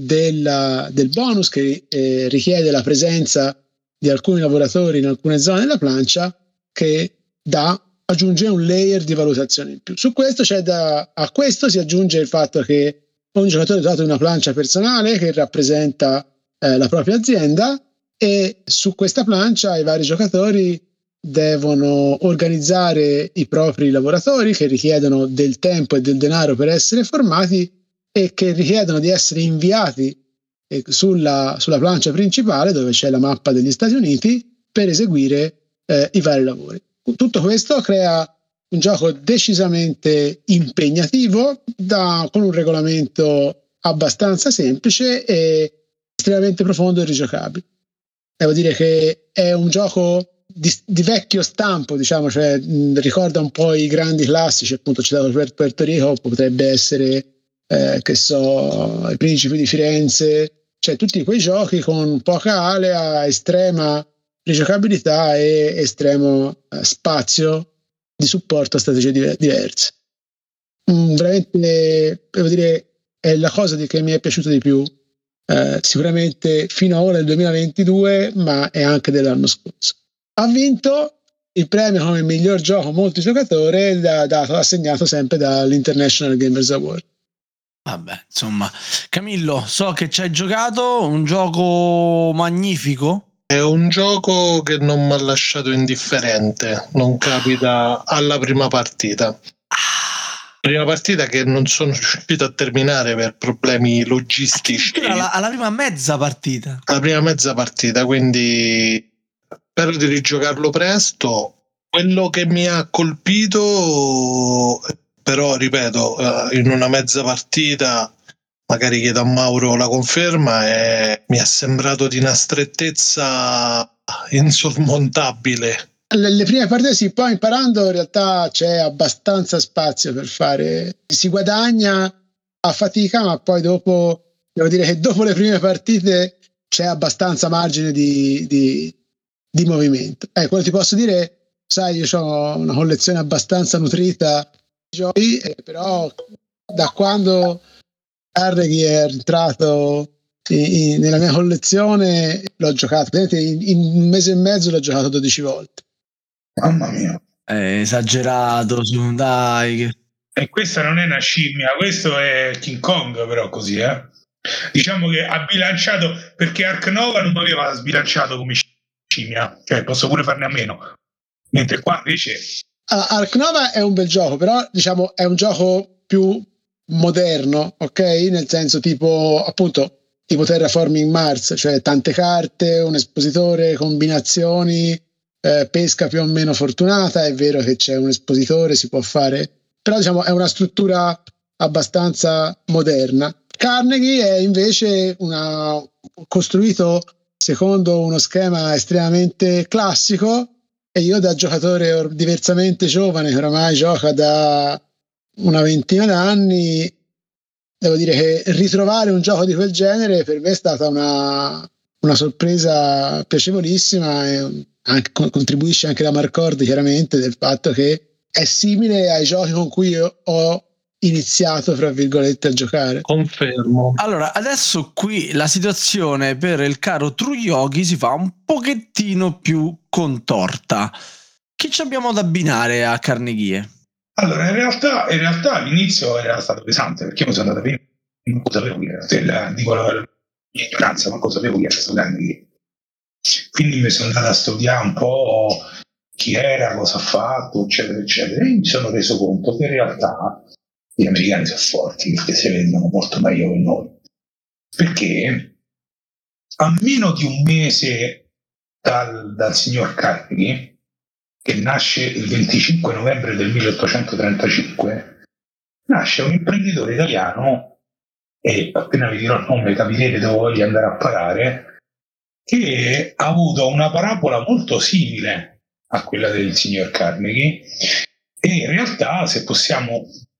della, del bonus che eh, richiede la presenza di alcuni lavoratori in alcune zone della plancia, che dà aggiunge un layer di valutazione in più. Su questo c'è da, a questo si aggiunge il fatto che ogni giocatore è dotato di una plancia personale che rappresenta eh, la propria azienda, e su questa plancia i vari giocatori devono organizzare i propri lavoratori, che richiedono del tempo e del denaro per essere formati e che richiedono di essere inviati eh, sulla, sulla plancia principale, dove c'è la mappa degli Stati Uniti, per eseguire eh, i vari lavori. Tutto questo crea un gioco decisamente impegnativo, da, con un regolamento abbastanza semplice e estremamente profondo e rigiocabile. Devo dire che è un gioco di, di vecchio stampo, diciamo, cioè mh, ricorda un po' i grandi classici, appunto citato per Puerto Rico, potrebbe essere, eh, che so, I Principi di Firenze, cioè tutti quei giochi con poca alea, estrema rigiocabilità e estremo eh, spazio di supporto a strategie diver- diverse. Mm, veramente, devo dire, è la cosa di che mi è piaciuta di più, eh, sicuramente fino a ora del duemilaventidue, ma è anche dell'anno scorso. Ha vinto il premio come miglior gioco multigiocatore, da, dato, assegnato sempre dall'International Gamers Award. Vabbè, insomma, Camillo, so che ci hai giocato, un gioco magnifico. È un gioco che non mi ha lasciato indifferente, non capita alla prima partita. Prima partita che non sono riuscito a terminare per problemi logistici. Alla, alla prima mezza partita. Alla prima mezza partita, quindi spero di rigiocarlo presto. Quello che mi ha colpito, però ripeto, in una mezza partita, magari chiedo a Mauro la conferma, e mi è sembrato di una strettezza insormontabile. Le, le prime partite sì, poi imparando in realtà c'è abbastanza spazio per fare, si guadagna a fatica, ma poi dopo, devo dire che dopo le prime partite c'è abbastanza margine di, di, di movimento. Eh, quello ti posso dire, sai, io ho una collezione abbastanza nutrita di giochi, eh, però da quando Carnegie è entrato in, in, nella mia collezione, l'ho giocato in, in un mese e mezzo, l'ho giocato dodici volte. Mamma mia, è esagerato, su, dai. E questa non è una scimmia, questo è King Kong, però così, eh. Diciamo che ha bilanciato, perché Ark Nova non mi aveva sbilanciato come scimmia, cioè posso pure farne a meno, mentre qua invece allora, Ark Nova è un bel gioco, però diciamo è un gioco più moderno, ok? Nel senso tipo, appunto, tipo Terraforming Mars, cioè tante carte, un espositore, combinazioni, eh, pesca più o meno fortunata. È vero che c'è un espositore, si può fare, però diciamo è una struttura abbastanza moderna. Carnegie è invece una, costruito secondo uno schema estremamente classico, e io, da giocatore or- diversamente giovane che oramai gioca da una ventina d'anni, devo dire che ritrovare un gioco di quel genere per me è stata una, una sorpresa piacevolissima, e anche, contribuisce anche la Marcord, chiaramente, del fatto che è simile ai giochi con cui io ho iniziato, fra virgolette, a giocare. Confermo. Allora, adesso qui la situazione per il caro True Yogi si fa un pochettino più contorta. Che ci abbiamo da abbinare a Carnegie? Allora, in realtà, in realtà all'inizio era stato pesante, perché io mi sono andato a vedere, non sapevo chi era, dico la mia ignoranza, ma cosa sapevo chi era questo Carnegie. Quindi mi sono andato a studiare un po' chi era, cosa ha fatto, eccetera, eccetera, e mi sono reso conto che in realtà gli americani sono forti, perché si vendono molto meglio che noi. Perché a meno di un mese dal, dal signor Carnegie, che nasce il venticinque novembre del milleottocentotrentacinque, nasce un imprenditore italiano, e appena vi dirò il nome capirete dove voglio andare a parare, che ha avuto una parabola molto simile a quella del signor Carnegie, e in realtà, se possiamo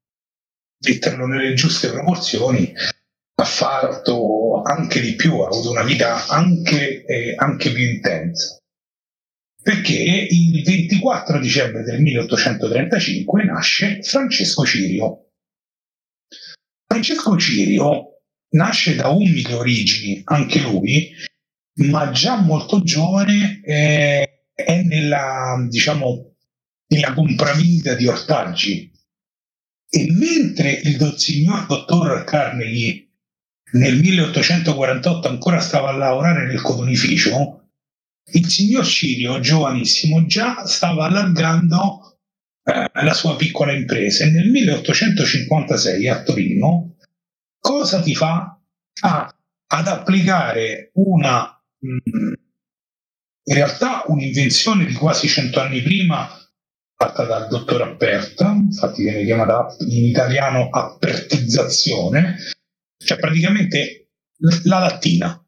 metterlo nelle giuste proporzioni, ha fatto anche di più, ha avuto una vita anche, eh, anche più intensa. Perché il ventiquattro dicembre del milleottocentotrentacinque nasce Francesco Cirio. Francesco Cirio nasce da umili origini, anche lui, ma già molto giovane, eh, è nella, diciamo, della compravendita di ortaggi. E mentre il do- signor dottor Carnegie nel milleottocentoquarantotto ancora stava a lavorare nel cotonificio, il signor Cirio, giovanissimo, già stava allargando eh, la sua piccola impresa. E nel milleottocentocinquantasei a Torino cosa ti fa? Ah, ad applicare una mh, in realtà un'invenzione di quasi cento anni prima fatta dal dottor Apperta, infatti viene chiamata in italiano appertizzazione, cioè praticamente la lattina.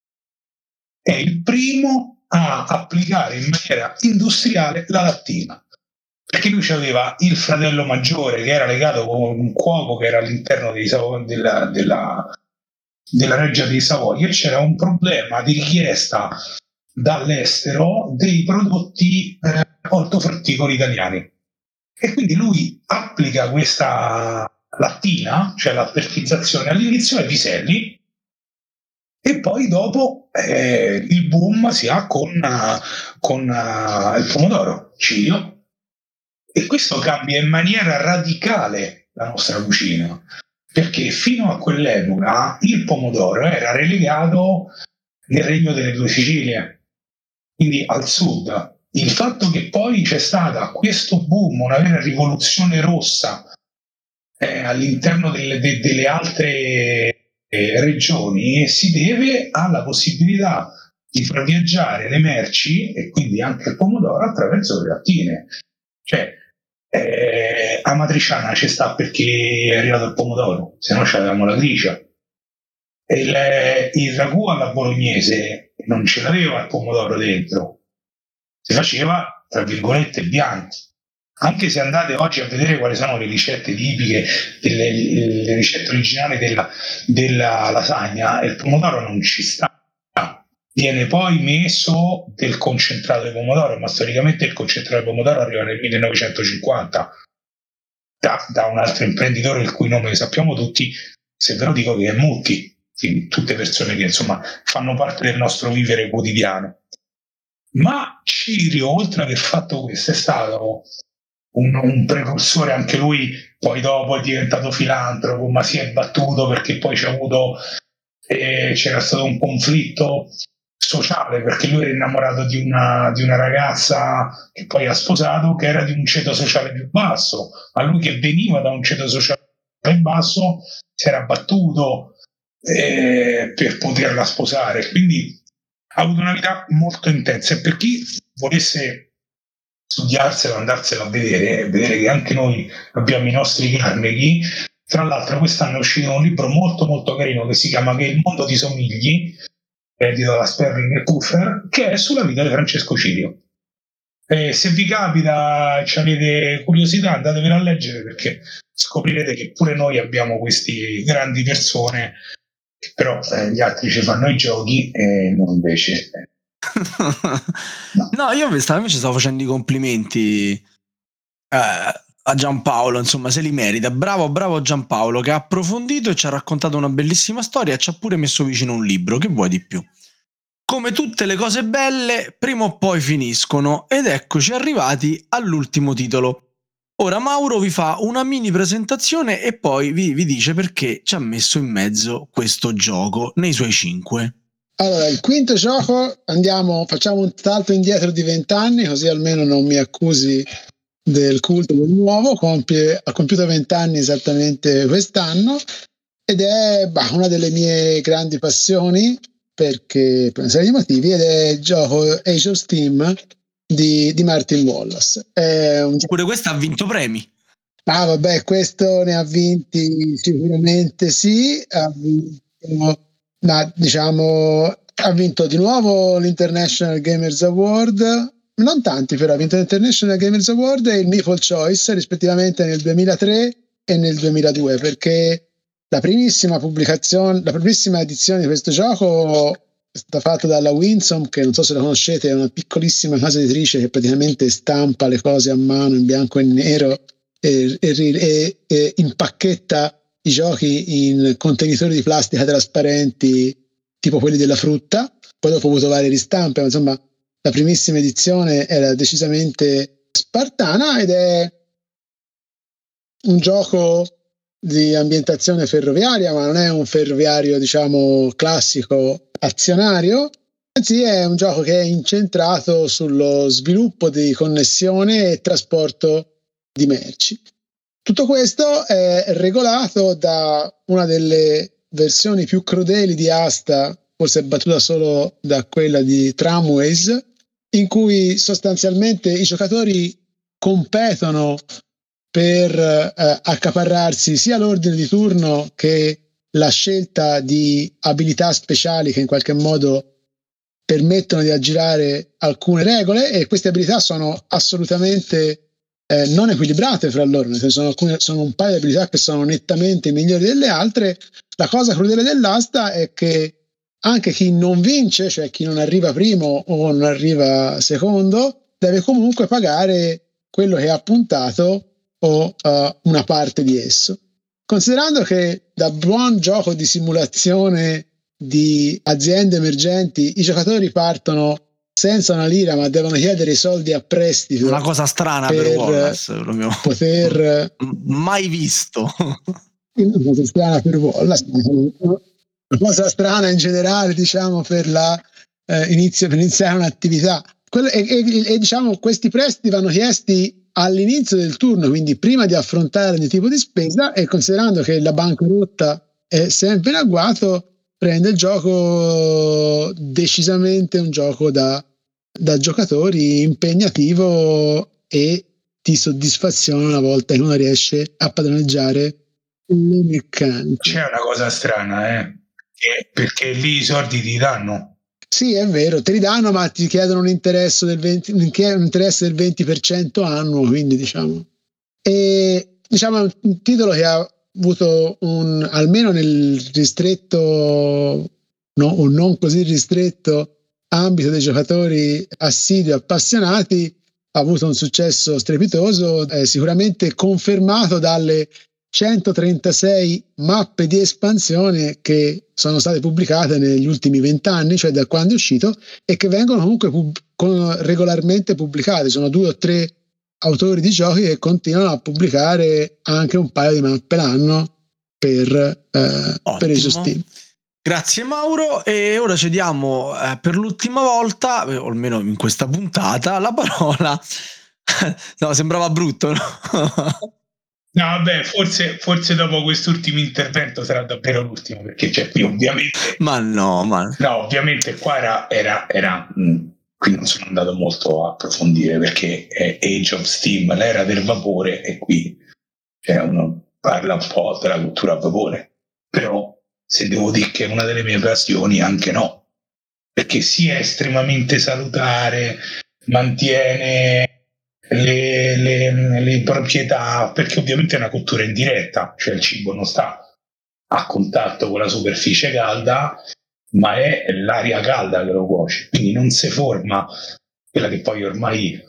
È il primo a applicare in maniera industriale la lattina, perché lui aveva il fratello maggiore che era legato con un cuoco che era all'interno dei Savo- della, della, della Reggia dei Savoia, e c'era un problema di richiesta dall'estero dei prodotti eh, ortofrutticoli italiani, e quindi lui applica questa lattina, cioè l'appertizzazione, all'inizio ai piselli, e poi dopo eh, il boom si ha con, uh, con uh, il pomodoro Cirio, e questo cambia in maniera radicale la nostra cucina, perché fino a quell'epoca il pomodoro era relegato nel regno delle due Sicilie, quindi al sud. Il fatto che poi c'è stata questo boom, una vera rivoluzione rossa eh, all'interno delle, de, delle altre eh, regioni, si deve alla possibilità di far viaggiare le merci e quindi anche il pomodoro attraverso le lattine. Cioè eh, a Matriciana ci sta perché è arrivato il pomodoro, se no c'avevamo la gricia. E il, il ragù alla bolognese non ce l'aveva il pomodoro dentro, si faceva tra virgolette bianchi. Anche se andate oggi a vedere quali sono le ricette tipiche, delle, le ricette originali della, della lasagna, il pomodoro non ci sta. Viene poi messo del concentrato di pomodoro, ma storicamente il concentrato di pomodoro arriva nel millenovecentocinquanta da, da un altro imprenditore il cui nome sappiamo tutti, se ve lo dico che è Mutti. Quindi tutte persone che insomma fanno parte del nostro vivere quotidiano. Ma Cirio, oltre ad aver fatto questo, è stato un, un precursore anche lui, poi dopo è diventato filantropo, ma si è battuto perché poi c'è avuto eh, c'era stato un conflitto sociale, perché lui era innamorato di una, di una ragazza che poi ha sposato, che era di un ceto sociale più basso, ma lui che veniva da un ceto sociale basso si era battuto Eh, per poterla sposare, quindi ha avuto una vita molto intensa. E per chi volesse studiarselo, andarselo a vedere, vedere che anche noi abbiamo i nostri Carnegie. Tra l'altro quest'anno è uscito un libro molto molto carino che si chiama Che il mondo ti somigli, edito da Sperling e Kuffer, che è sulla vita di Francesco Cirio. E se vi capita, ci avete curiosità, andatevelo a leggere, perché scoprirete che pure noi abbiamo queste grandi persone, però eh, gli altri ci fanno i giochi e noi invece eh. no. no, io invece stavo facendo i complimenti eh, a Giampaolo, insomma, se li merita. Bravo, bravo Giampaolo, che ha approfondito e ci ha raccontato una bellissima storia e ci ha pure messo vicino un libro. Che vuoi di più? Come tutte le cose belle, prima o poi finiscono, ed eccoci arrivati all'ultimo titolo. Ora Mauro vi fa una mini presentazione e poi vi, vi dice perché ci ha messo in mezzo questo gioco nei suoi cinque. Allora, il quinto gioco, andiamo, facciamo un salto indietro di vent'anni, così almeno non mi accusi del culto del nuovo. Compie, ha compiuto vent'anni esattamente quest'anno ed è bah, una delle mie grandi passioni, perché per una serie di motivi, ed è il gioco Age of Steam di, di Martin Wallace. È un... Pure questo ha vinto premi. Ah vabbè, questo ne ha vinti sicuramente, sì, ha vinto, ma diciamo ha vinto di nuovo l'International Gamers Award, non tanti però, ha vinto l'International Gamers Award e il Meeple Choice rispettivamente nel duemilatré e nel duemiladue, perché la primissima pubblicazione, la primissima edizione di questo gioco è stata fatta dalla Winsome, che non so se la conoscete, è una piccolissima casa editrice che praticamente stampa le cose a mano in bianco e nero e, e, e, e impacchetta i giochi in contenitori di plastica trasparenti tipo quelli della frutta. Poi dopo ho avuto varie ristampe, ma insomma la primissima edizione era decisamente Spartana, ed è un gioco di ambientazione ferroviaria, ma non è un ferroviario, diciamo, classico azionario, anzi è un gioco che è incentrato sullo sviluppo di connessione e trasporto di merci. Tutto questo è regolato da una delle versioni più crudeli di Asta, forse battuta solo da quella di Tramways, in cui sostanzialmente i giocatori competono per eh, accaparrarsi sia l'ordine di turno che la scelta di abilità speciali che in qualche modo permettono di aggirare alcune regole, e queste abilità sono assolutamente eh, non equilibrate fra loro, nel senso sono, alcune, sono un paio di abilità che sono nettamente migliori delle altre. La cosa crudele dell'asta è che anche chi non vince, cioè chi non arriva primo o non arriva secondo, deve comunque pagare quello che ha puntato o uh, una parte di esso. Considerando che da buon gioco di simulazione di aziende emergenti i giocatori partono senza una lira ma devono chiedere i soldi a prestito, una cosa strana per, per Wallace, proprio poter mai visto. Una cosa strana per Wallace, una cosa strana in generale, diciamo, per la eh, inizio per iniziare un'attività. Quello, e, e, e diciamo questi prestiti vanno chiesti all'inizio del turno, quindi prima di affrontare ogni tipo di spesa, e considerando che la bancarotta è sempre in agguato, rende il gioco decisamente un gioco da, da giocatori impegnativo e di soddisfazione una volta che uno riesce a padroneggiare le meccaniche. C'è una cosa strana, eh? Perché lì i soldi ti danno. Sì, è vero, te li danno, ma ti chiedono un interesse del venti, un interesse del venti per cento annuo, quindi diciamo. E diciamo è un titolo che ha avuto un, almeno nel ristretto, no, o non così ristretto ambito dei giocatori assidui appassionati, ha avuto un successo strepitoso, eh, sicuramente confermato dalle centotrentasei mappe di espansione che sono state pubblicate negli ultimi vent'anni, cioè da quando è uscito, e che vengono comunque pub- con, regolarmente pubblicate. Sono due o tre autori di giochi che continuano a pubblicare anche un paio di mappe l'anno per, eh, per il Steam. Grazie Mauro, e ora cediamo eh, per l'ultima volta, o almeno in questa puntata, la parola. No, sembrava brutto, no? No, vabbè, forse, forse dopo quest'ultimo intervento sarà davvero l'ultimo, perché cioè, qui ovviamente... Ma no, ma... No, ovviamente qua era... era, era mh, qui non sono andato molto a approfondire, perché è Age of Steam, l'era del vapore, e qui cioè, uno parla un po' della cultura a vapore. Però, se devo dire che è una delle mie passioni, anche no. Perché sia estremamente salutare, mantiene... Le, le, le proprietà, perché ovviamente è una cottura indiretta, cioè il cibo non sta a contatto con la superficie calda, ma è l'aria calda che lo cuoce, quindi non si forma quella che poi ormai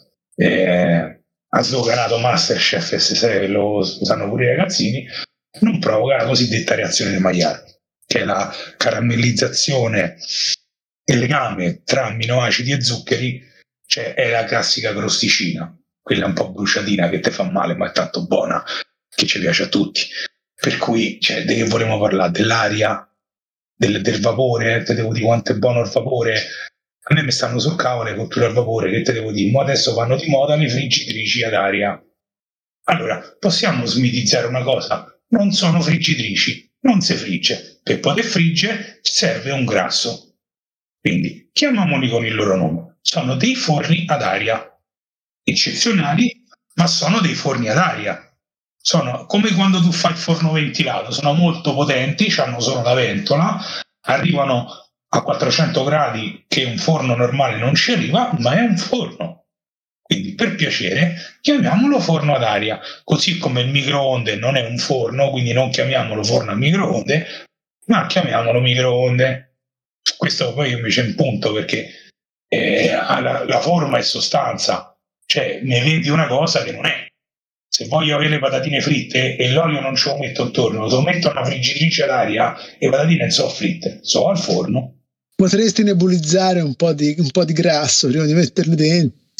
eh, ha sdoganato Masterchef, e se lo sanno pure i ragazzini, non provoca la cosiddetta reazione di Maillard, che è la caramellizzazione e legame tra amminoacidi e zuccheri, cioè è la classica crosticina, quella un po' bruciatina che ti fa male ma è tanto buona che ci piace a tutti. Per cui cioè, di che vorremmo parlare? Dell'aria, del, del vapore, te devo dire quanto è buono il vapore. A me mi stanno sul cavolo le cotture al vapore, che te devo dire, mo adesso vanno di moda le friggitrici ad aria. Allora, possiamo smitizzare una cosa: non sono friggitrici, non si frigge, per poter friggere serve un grasso, quindi chiamiamoli con il loro nome. Sono dei forni ad aria eccezionali, ma sono dei forni ad aria. Sono come quando tu fai il forno ventilato, sono molto potenti, hanno solo la ventola, arrivano a quattrocento gradi che un forno normale non ci arriva, ma è un forno. Quindi per piacere chiamiamolo forno ad aria, così come il microonde non è un forno, quindi non chiamiamolo forno a microonde, ma chiamiamolo microonde. Questo poi io mi c'è un punto, perché eh, la, la forma è sostanza. Cioè, ne vedi una cosa che non è. Se voglio avere le patatine fritte e l'olio non ce lo metto intorno, lo metto a una friggitrice ad aria e le patatine non sono fritte, sono al forno. Potresti nebulizzare un po' di, un po' di grasso prima di metterle dentro.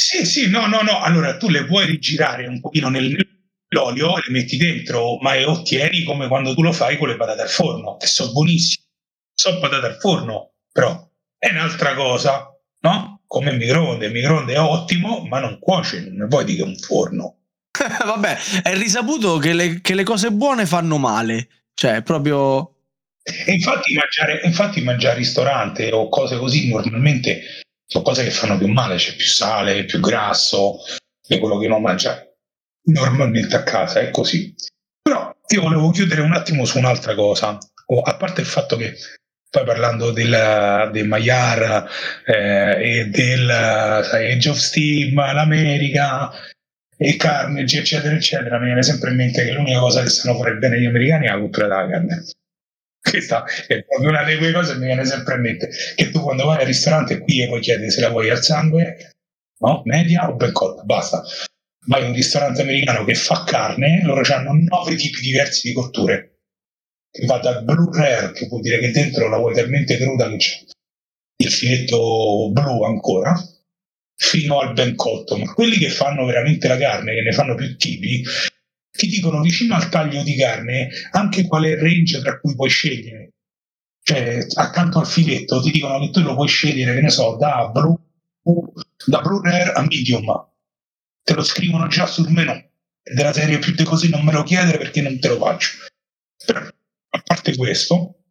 Sì, sì, no, no, no. Allora tu le puoi rigirare un pochino nell'olio, le metti dentro, ma le ottieni come quando tu lo fai con le patate al forno, che sono buonissime. Sono patate al forno, però è un'altra cosa, no? Come il microonde. Il microonde è ottimo, ma non cuoce, non ne vuoi dire che è un forno. Vabbè, è risaputo che le, che le cose buone fanno male, cioè proprio... E infatti mangiare, infatti mangiare al ristorante o cose così normalmente sono cose che fanno più male, c'è più sale, più grasso di quello che non mangia normalmente a casa, è così. Però io volevo chiudere un attimo su un'altra cosa, o, a parte il fatto che poi parlando del, del Maillard eh, e del sai, Age of Steam, l'America e Carnage eccetera eccetera, mi viene sempre in mente che l'unica cosa che sanno fare bene gli americani è la cottura della carne. Questa è proprio una delle quelle cose che mi viene sempre in mente, che tu quando vai al ristorante qui e poi chiedi se la vuoi al sangue, no? Media o ben cotta, basta. Vai a un ristorante americano che fa carne, loro hanno nove tipi diversi di cotture, che va dal blue rare, che vuol dire che dentro la vuoi talmente cruda che c'è il filetto blu ancora, fino al ben cotto. Ma quelli che fanno veramente la carne, che ne fanno più tipi, ti dicono vicino al taglio di carne anche qual è il range tra cui puoi scegliere, cioè accanto al filetto ti dicono che tu lo puoi scegliere, che ne so, da blue, da blue rare a medium, te lo scrivono già sul menù, della serie più di così non me lo chiedere perché non te lo faccio. Però, a parte questo,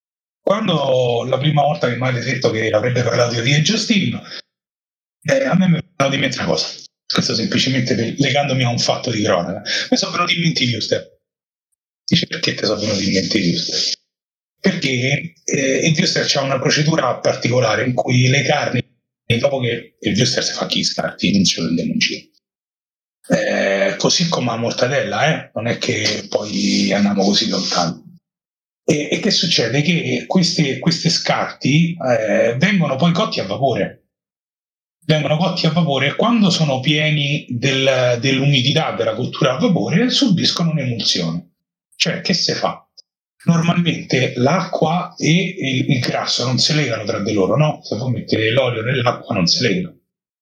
quando la prima volta che mi avete detto che avrebbe parlato di Age of Steam, eh, a me mi è venuto in mente una cosa. Questo semplicemente legandomi a un fatto di cronaca. Mi sono venuti in mente i Wuster. Dice, perché ti sono venuti in mente i Wuster? Perché eh, il Wuster c'ha una procedura particolare in cui le carni, dopo che il Wuster si fa chisca, ti inizio il denuncino. Eh, così come la mortadella, eh? Non è che poi andiamo così lontano. E, e che succede? Che queste, queste scarti eh, vengono poi cotti a vapore. vengono cotti a vapore e quando sono pieni del, dell'umidità della cottura a vapore subiscono un'emulsione. Cioè, che si fa? Normalmente l'acqua e il, il grasso non si legano tra di loro, no? Se voi mettete l'olio nell'acqua non si legano.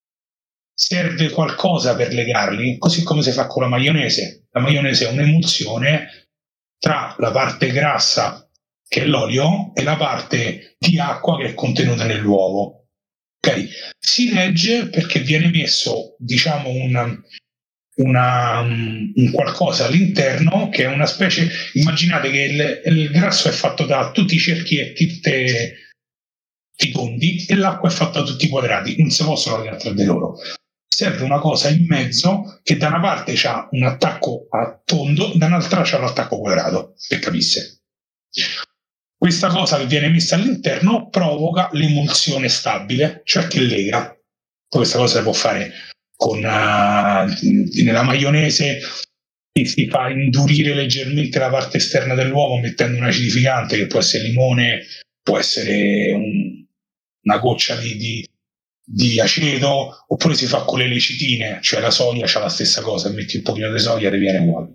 Serve qualcosa per legarli, così come si fa con la maionese. La maionese è un'emulsione tra la parte grassa, che è l'olio, e la parte di acqua che è contenuta nell'uovo. Okay. Si legge perché viene messo, diciamo, una, una, un qualcosa all'interno che è una specie. Immaginate che il, il grasso è fatto da tutti i cerchietti, tutti i tondi, e l'acqua è fatta da tutti i quadrati, non si possono legare tra di loro. Serve una cosa in mezzo che da una parte c'ha un attacco a tondo, da un'altra c'ha l'attacco quadrato, per capisse. Questa cosa che viene messa all'interno provoca l'emulsione stabile, cioè che lega. Questa cosa si può fare con uh, nella maionese, si fa indurire leggermente la parte esterna dell'uovo mettendo un acidificante che può essere limone, può essere un, una goccia di, di, di aceto, oppure si fa con le lecitine, cioè la soia c'ha la stessa cosa, metti un pochino di soia e ti viene uguale.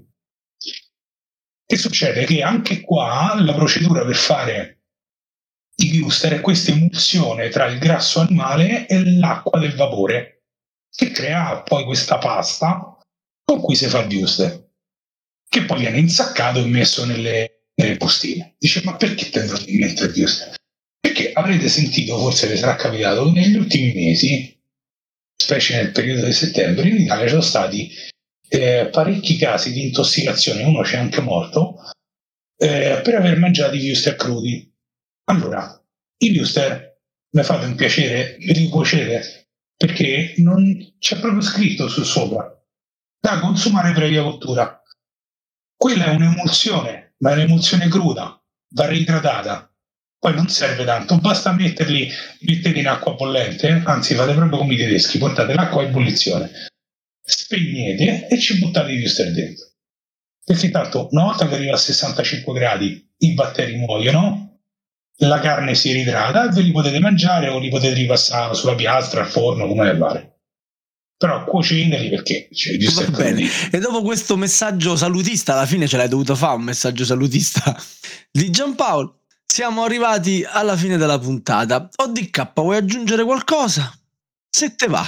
Che succede? Che anche qua la procedura per fare i wuster è questa emulsione tra il grasso animale e l'acqua del vapore, che crea poi questa pasta con cui si fa il wuster, che poi viene insaccato e messo nelle, nelle bustine. Dice, ma perché ti è venuto in mente il wuster? Perché avrete sentito, forse vi sarà capitato, negli ultimi mesi, specie nel periodo di settembre, in Italia ci sono stati Eh, parecchi casi di intossicazione, uno c'è anche morto eh, per aver mangiato i wuster crudi. Allora, i wuster, mi fate un piacere, mi ricuocete, perché non c'è proprio scritto su sopra da consumare previa cottura. Quella è un'emulsione, ma è un'emulsione cruda, va reidratata, poi non serve tanto, basta metterli, mettete in acqua bollente, anzi fate proprio come i tedeschi, portate l'acqua a ebollizione, spegnete e ci buttate i wuster dentro, perché tanto una volta che arriva a sessantacinque gradi i batteri muoiono, la carne si ritrata e ve li potete mangiare o li potete ripassare sulla piastra, al forno, come ne pare, però cuocineli perché cioè, va bene. E dopo questo messaggio salutista, alla fine ce l'hai dovuto fare un messaggio salutista di Giampaolo, siamo arrivati alla fine della puntata. O D K, vuoi aggiungere qualcosa? Se te va.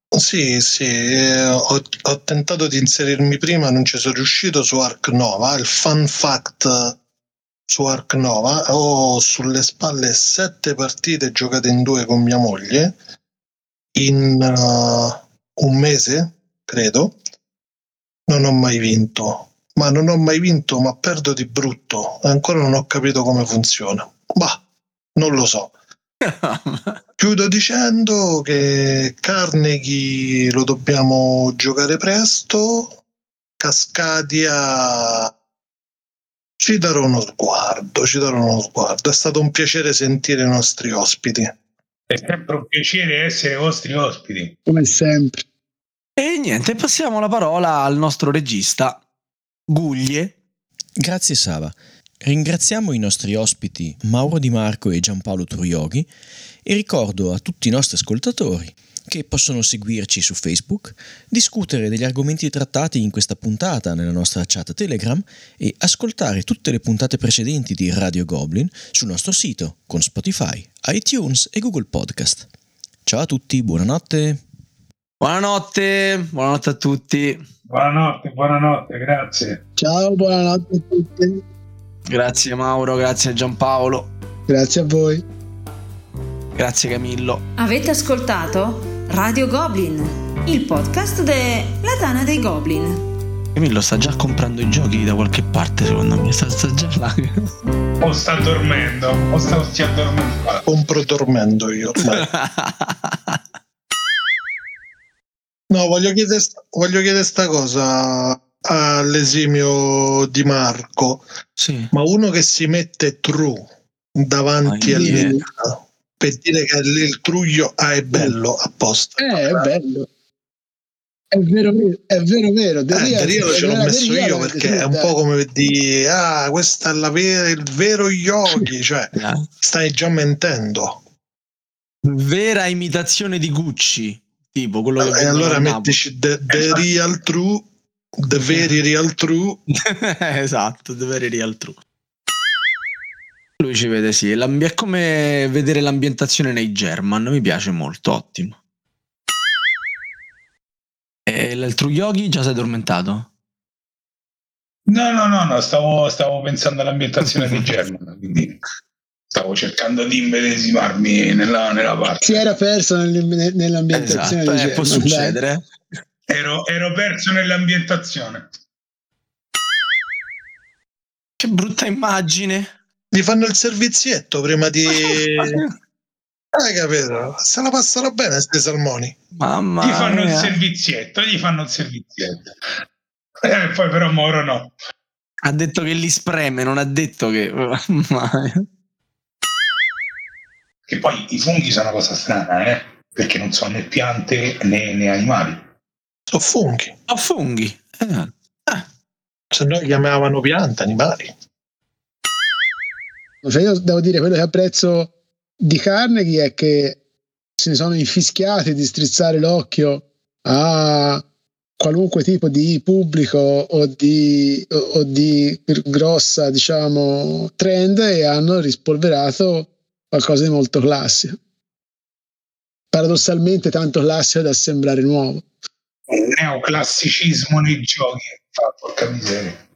Sì, sì, eh, ho, ho tentato di inserirmi prima, non ci sono riuscito su Ark Nova. Il fun fact su Ark Nova: ho sulle spalle sette partite giocate in due con mia moglie in uh, un mese, credo. Non ho mai vinto, ma non ho mai vinto, ma perdo di brutto. Ancora non ho capito come funziona. Bah, non lo so. Chiudo dicendo che Carnegie lo dobbiamo giocare presto. Cascadia ci darò uno sguardo, ci darò uno sguardo. È stato un piacere sentire i nostri ospiti. È sempre un piacere essere i vostri ospiti. Come sempre. E niente, passiamo la parola al nostro regista, Guglie. Grazie Sava. Ringraziamo i nostri ospiti Mauro Di Marco e Giampaolo Truioghi e ricordo a tutti i nostri ascoltatori che possono seguirci su Facebook, discutere degli argomenti trattati in questa puntata nella nostra chat Telegram e ascoltare tutte le puntate precedenti di Radio Goblin sul nostro sito con Spotify, iTunes e Google Podcast. Ciao a tutti, buonanotte! Buonanotte, buonanotte a tutti. Buonanotte, buonanotte, grazie. Ciao, buonanotte a tutti. Grazie Mauro, grazie Giampaolo. Grazie a voi. Grazie Camillo. Avete ascoltato Radio Goblin, il podcast della Tana dei Goblin. Camillo sta già comprando i giochi da qualche parte, secondo me. Sta, sta già là. O sta dormendo, o sta si addormenta. Compro dormendo io ormai. No, voglio chiedere, voglio chiedere sta cosa all'esimio Di Marco. Sì. Ma uno che si mette true davanti Ah, al per dire che il truglio ah, è bello apposta. Eh, è bello. È vero, è vero, vero. Eh, Derriero ce l'ho messo io perché è un po' come dire ah, questa è la vera, il vero yogi, cioè stai già mentendo. Vera imitazione di Gucci, tipo quello che E allora mettici the, the real true, the very real true. Esatto, the very real true. Lui ci vede, sì, è come vedere l'ambientazione nei German, mi piace molto, ottimo. E il True Yogi già sei addormentato? No, no, no, no, stavo, stavo pensando all'ambientazione di German, quindi stavo cercando di immedesimarmi nella, nella parte. Si era perso nell'ambientazione. Esatto, di eh, German, può succedere. Ero, ero perso nell'ambientazione. Che brutta immagine. Gli fanno il servizietto prima di... Hai capito? Se la passano bene questi salmoni. Mamma Gli fanno mia. il servizietto, gli fanno il servizietto. E eh, poi però Moro no. Ha detto che li spreme, non ha detto che... Che poi i funghi sono una cosa strana, eh? Perché non sono né piante né, né animali. Sono funghi. Sono funghi. Eh. Eh. Se no chiamavano piante, animali. Cioè io devo dire, quello che apprezzo di Carnegie è che se ne sono infischiati di strizzare l'occhio a qualunque tipo di pubblico o di, o, o di grossa, diciamo, trend e hanno rispolverato qualcosa di molto classico. Paradossalmente tanto classico da sembrare nuovo. Un neoclassicismo nei giochi. Ah, porca miseria.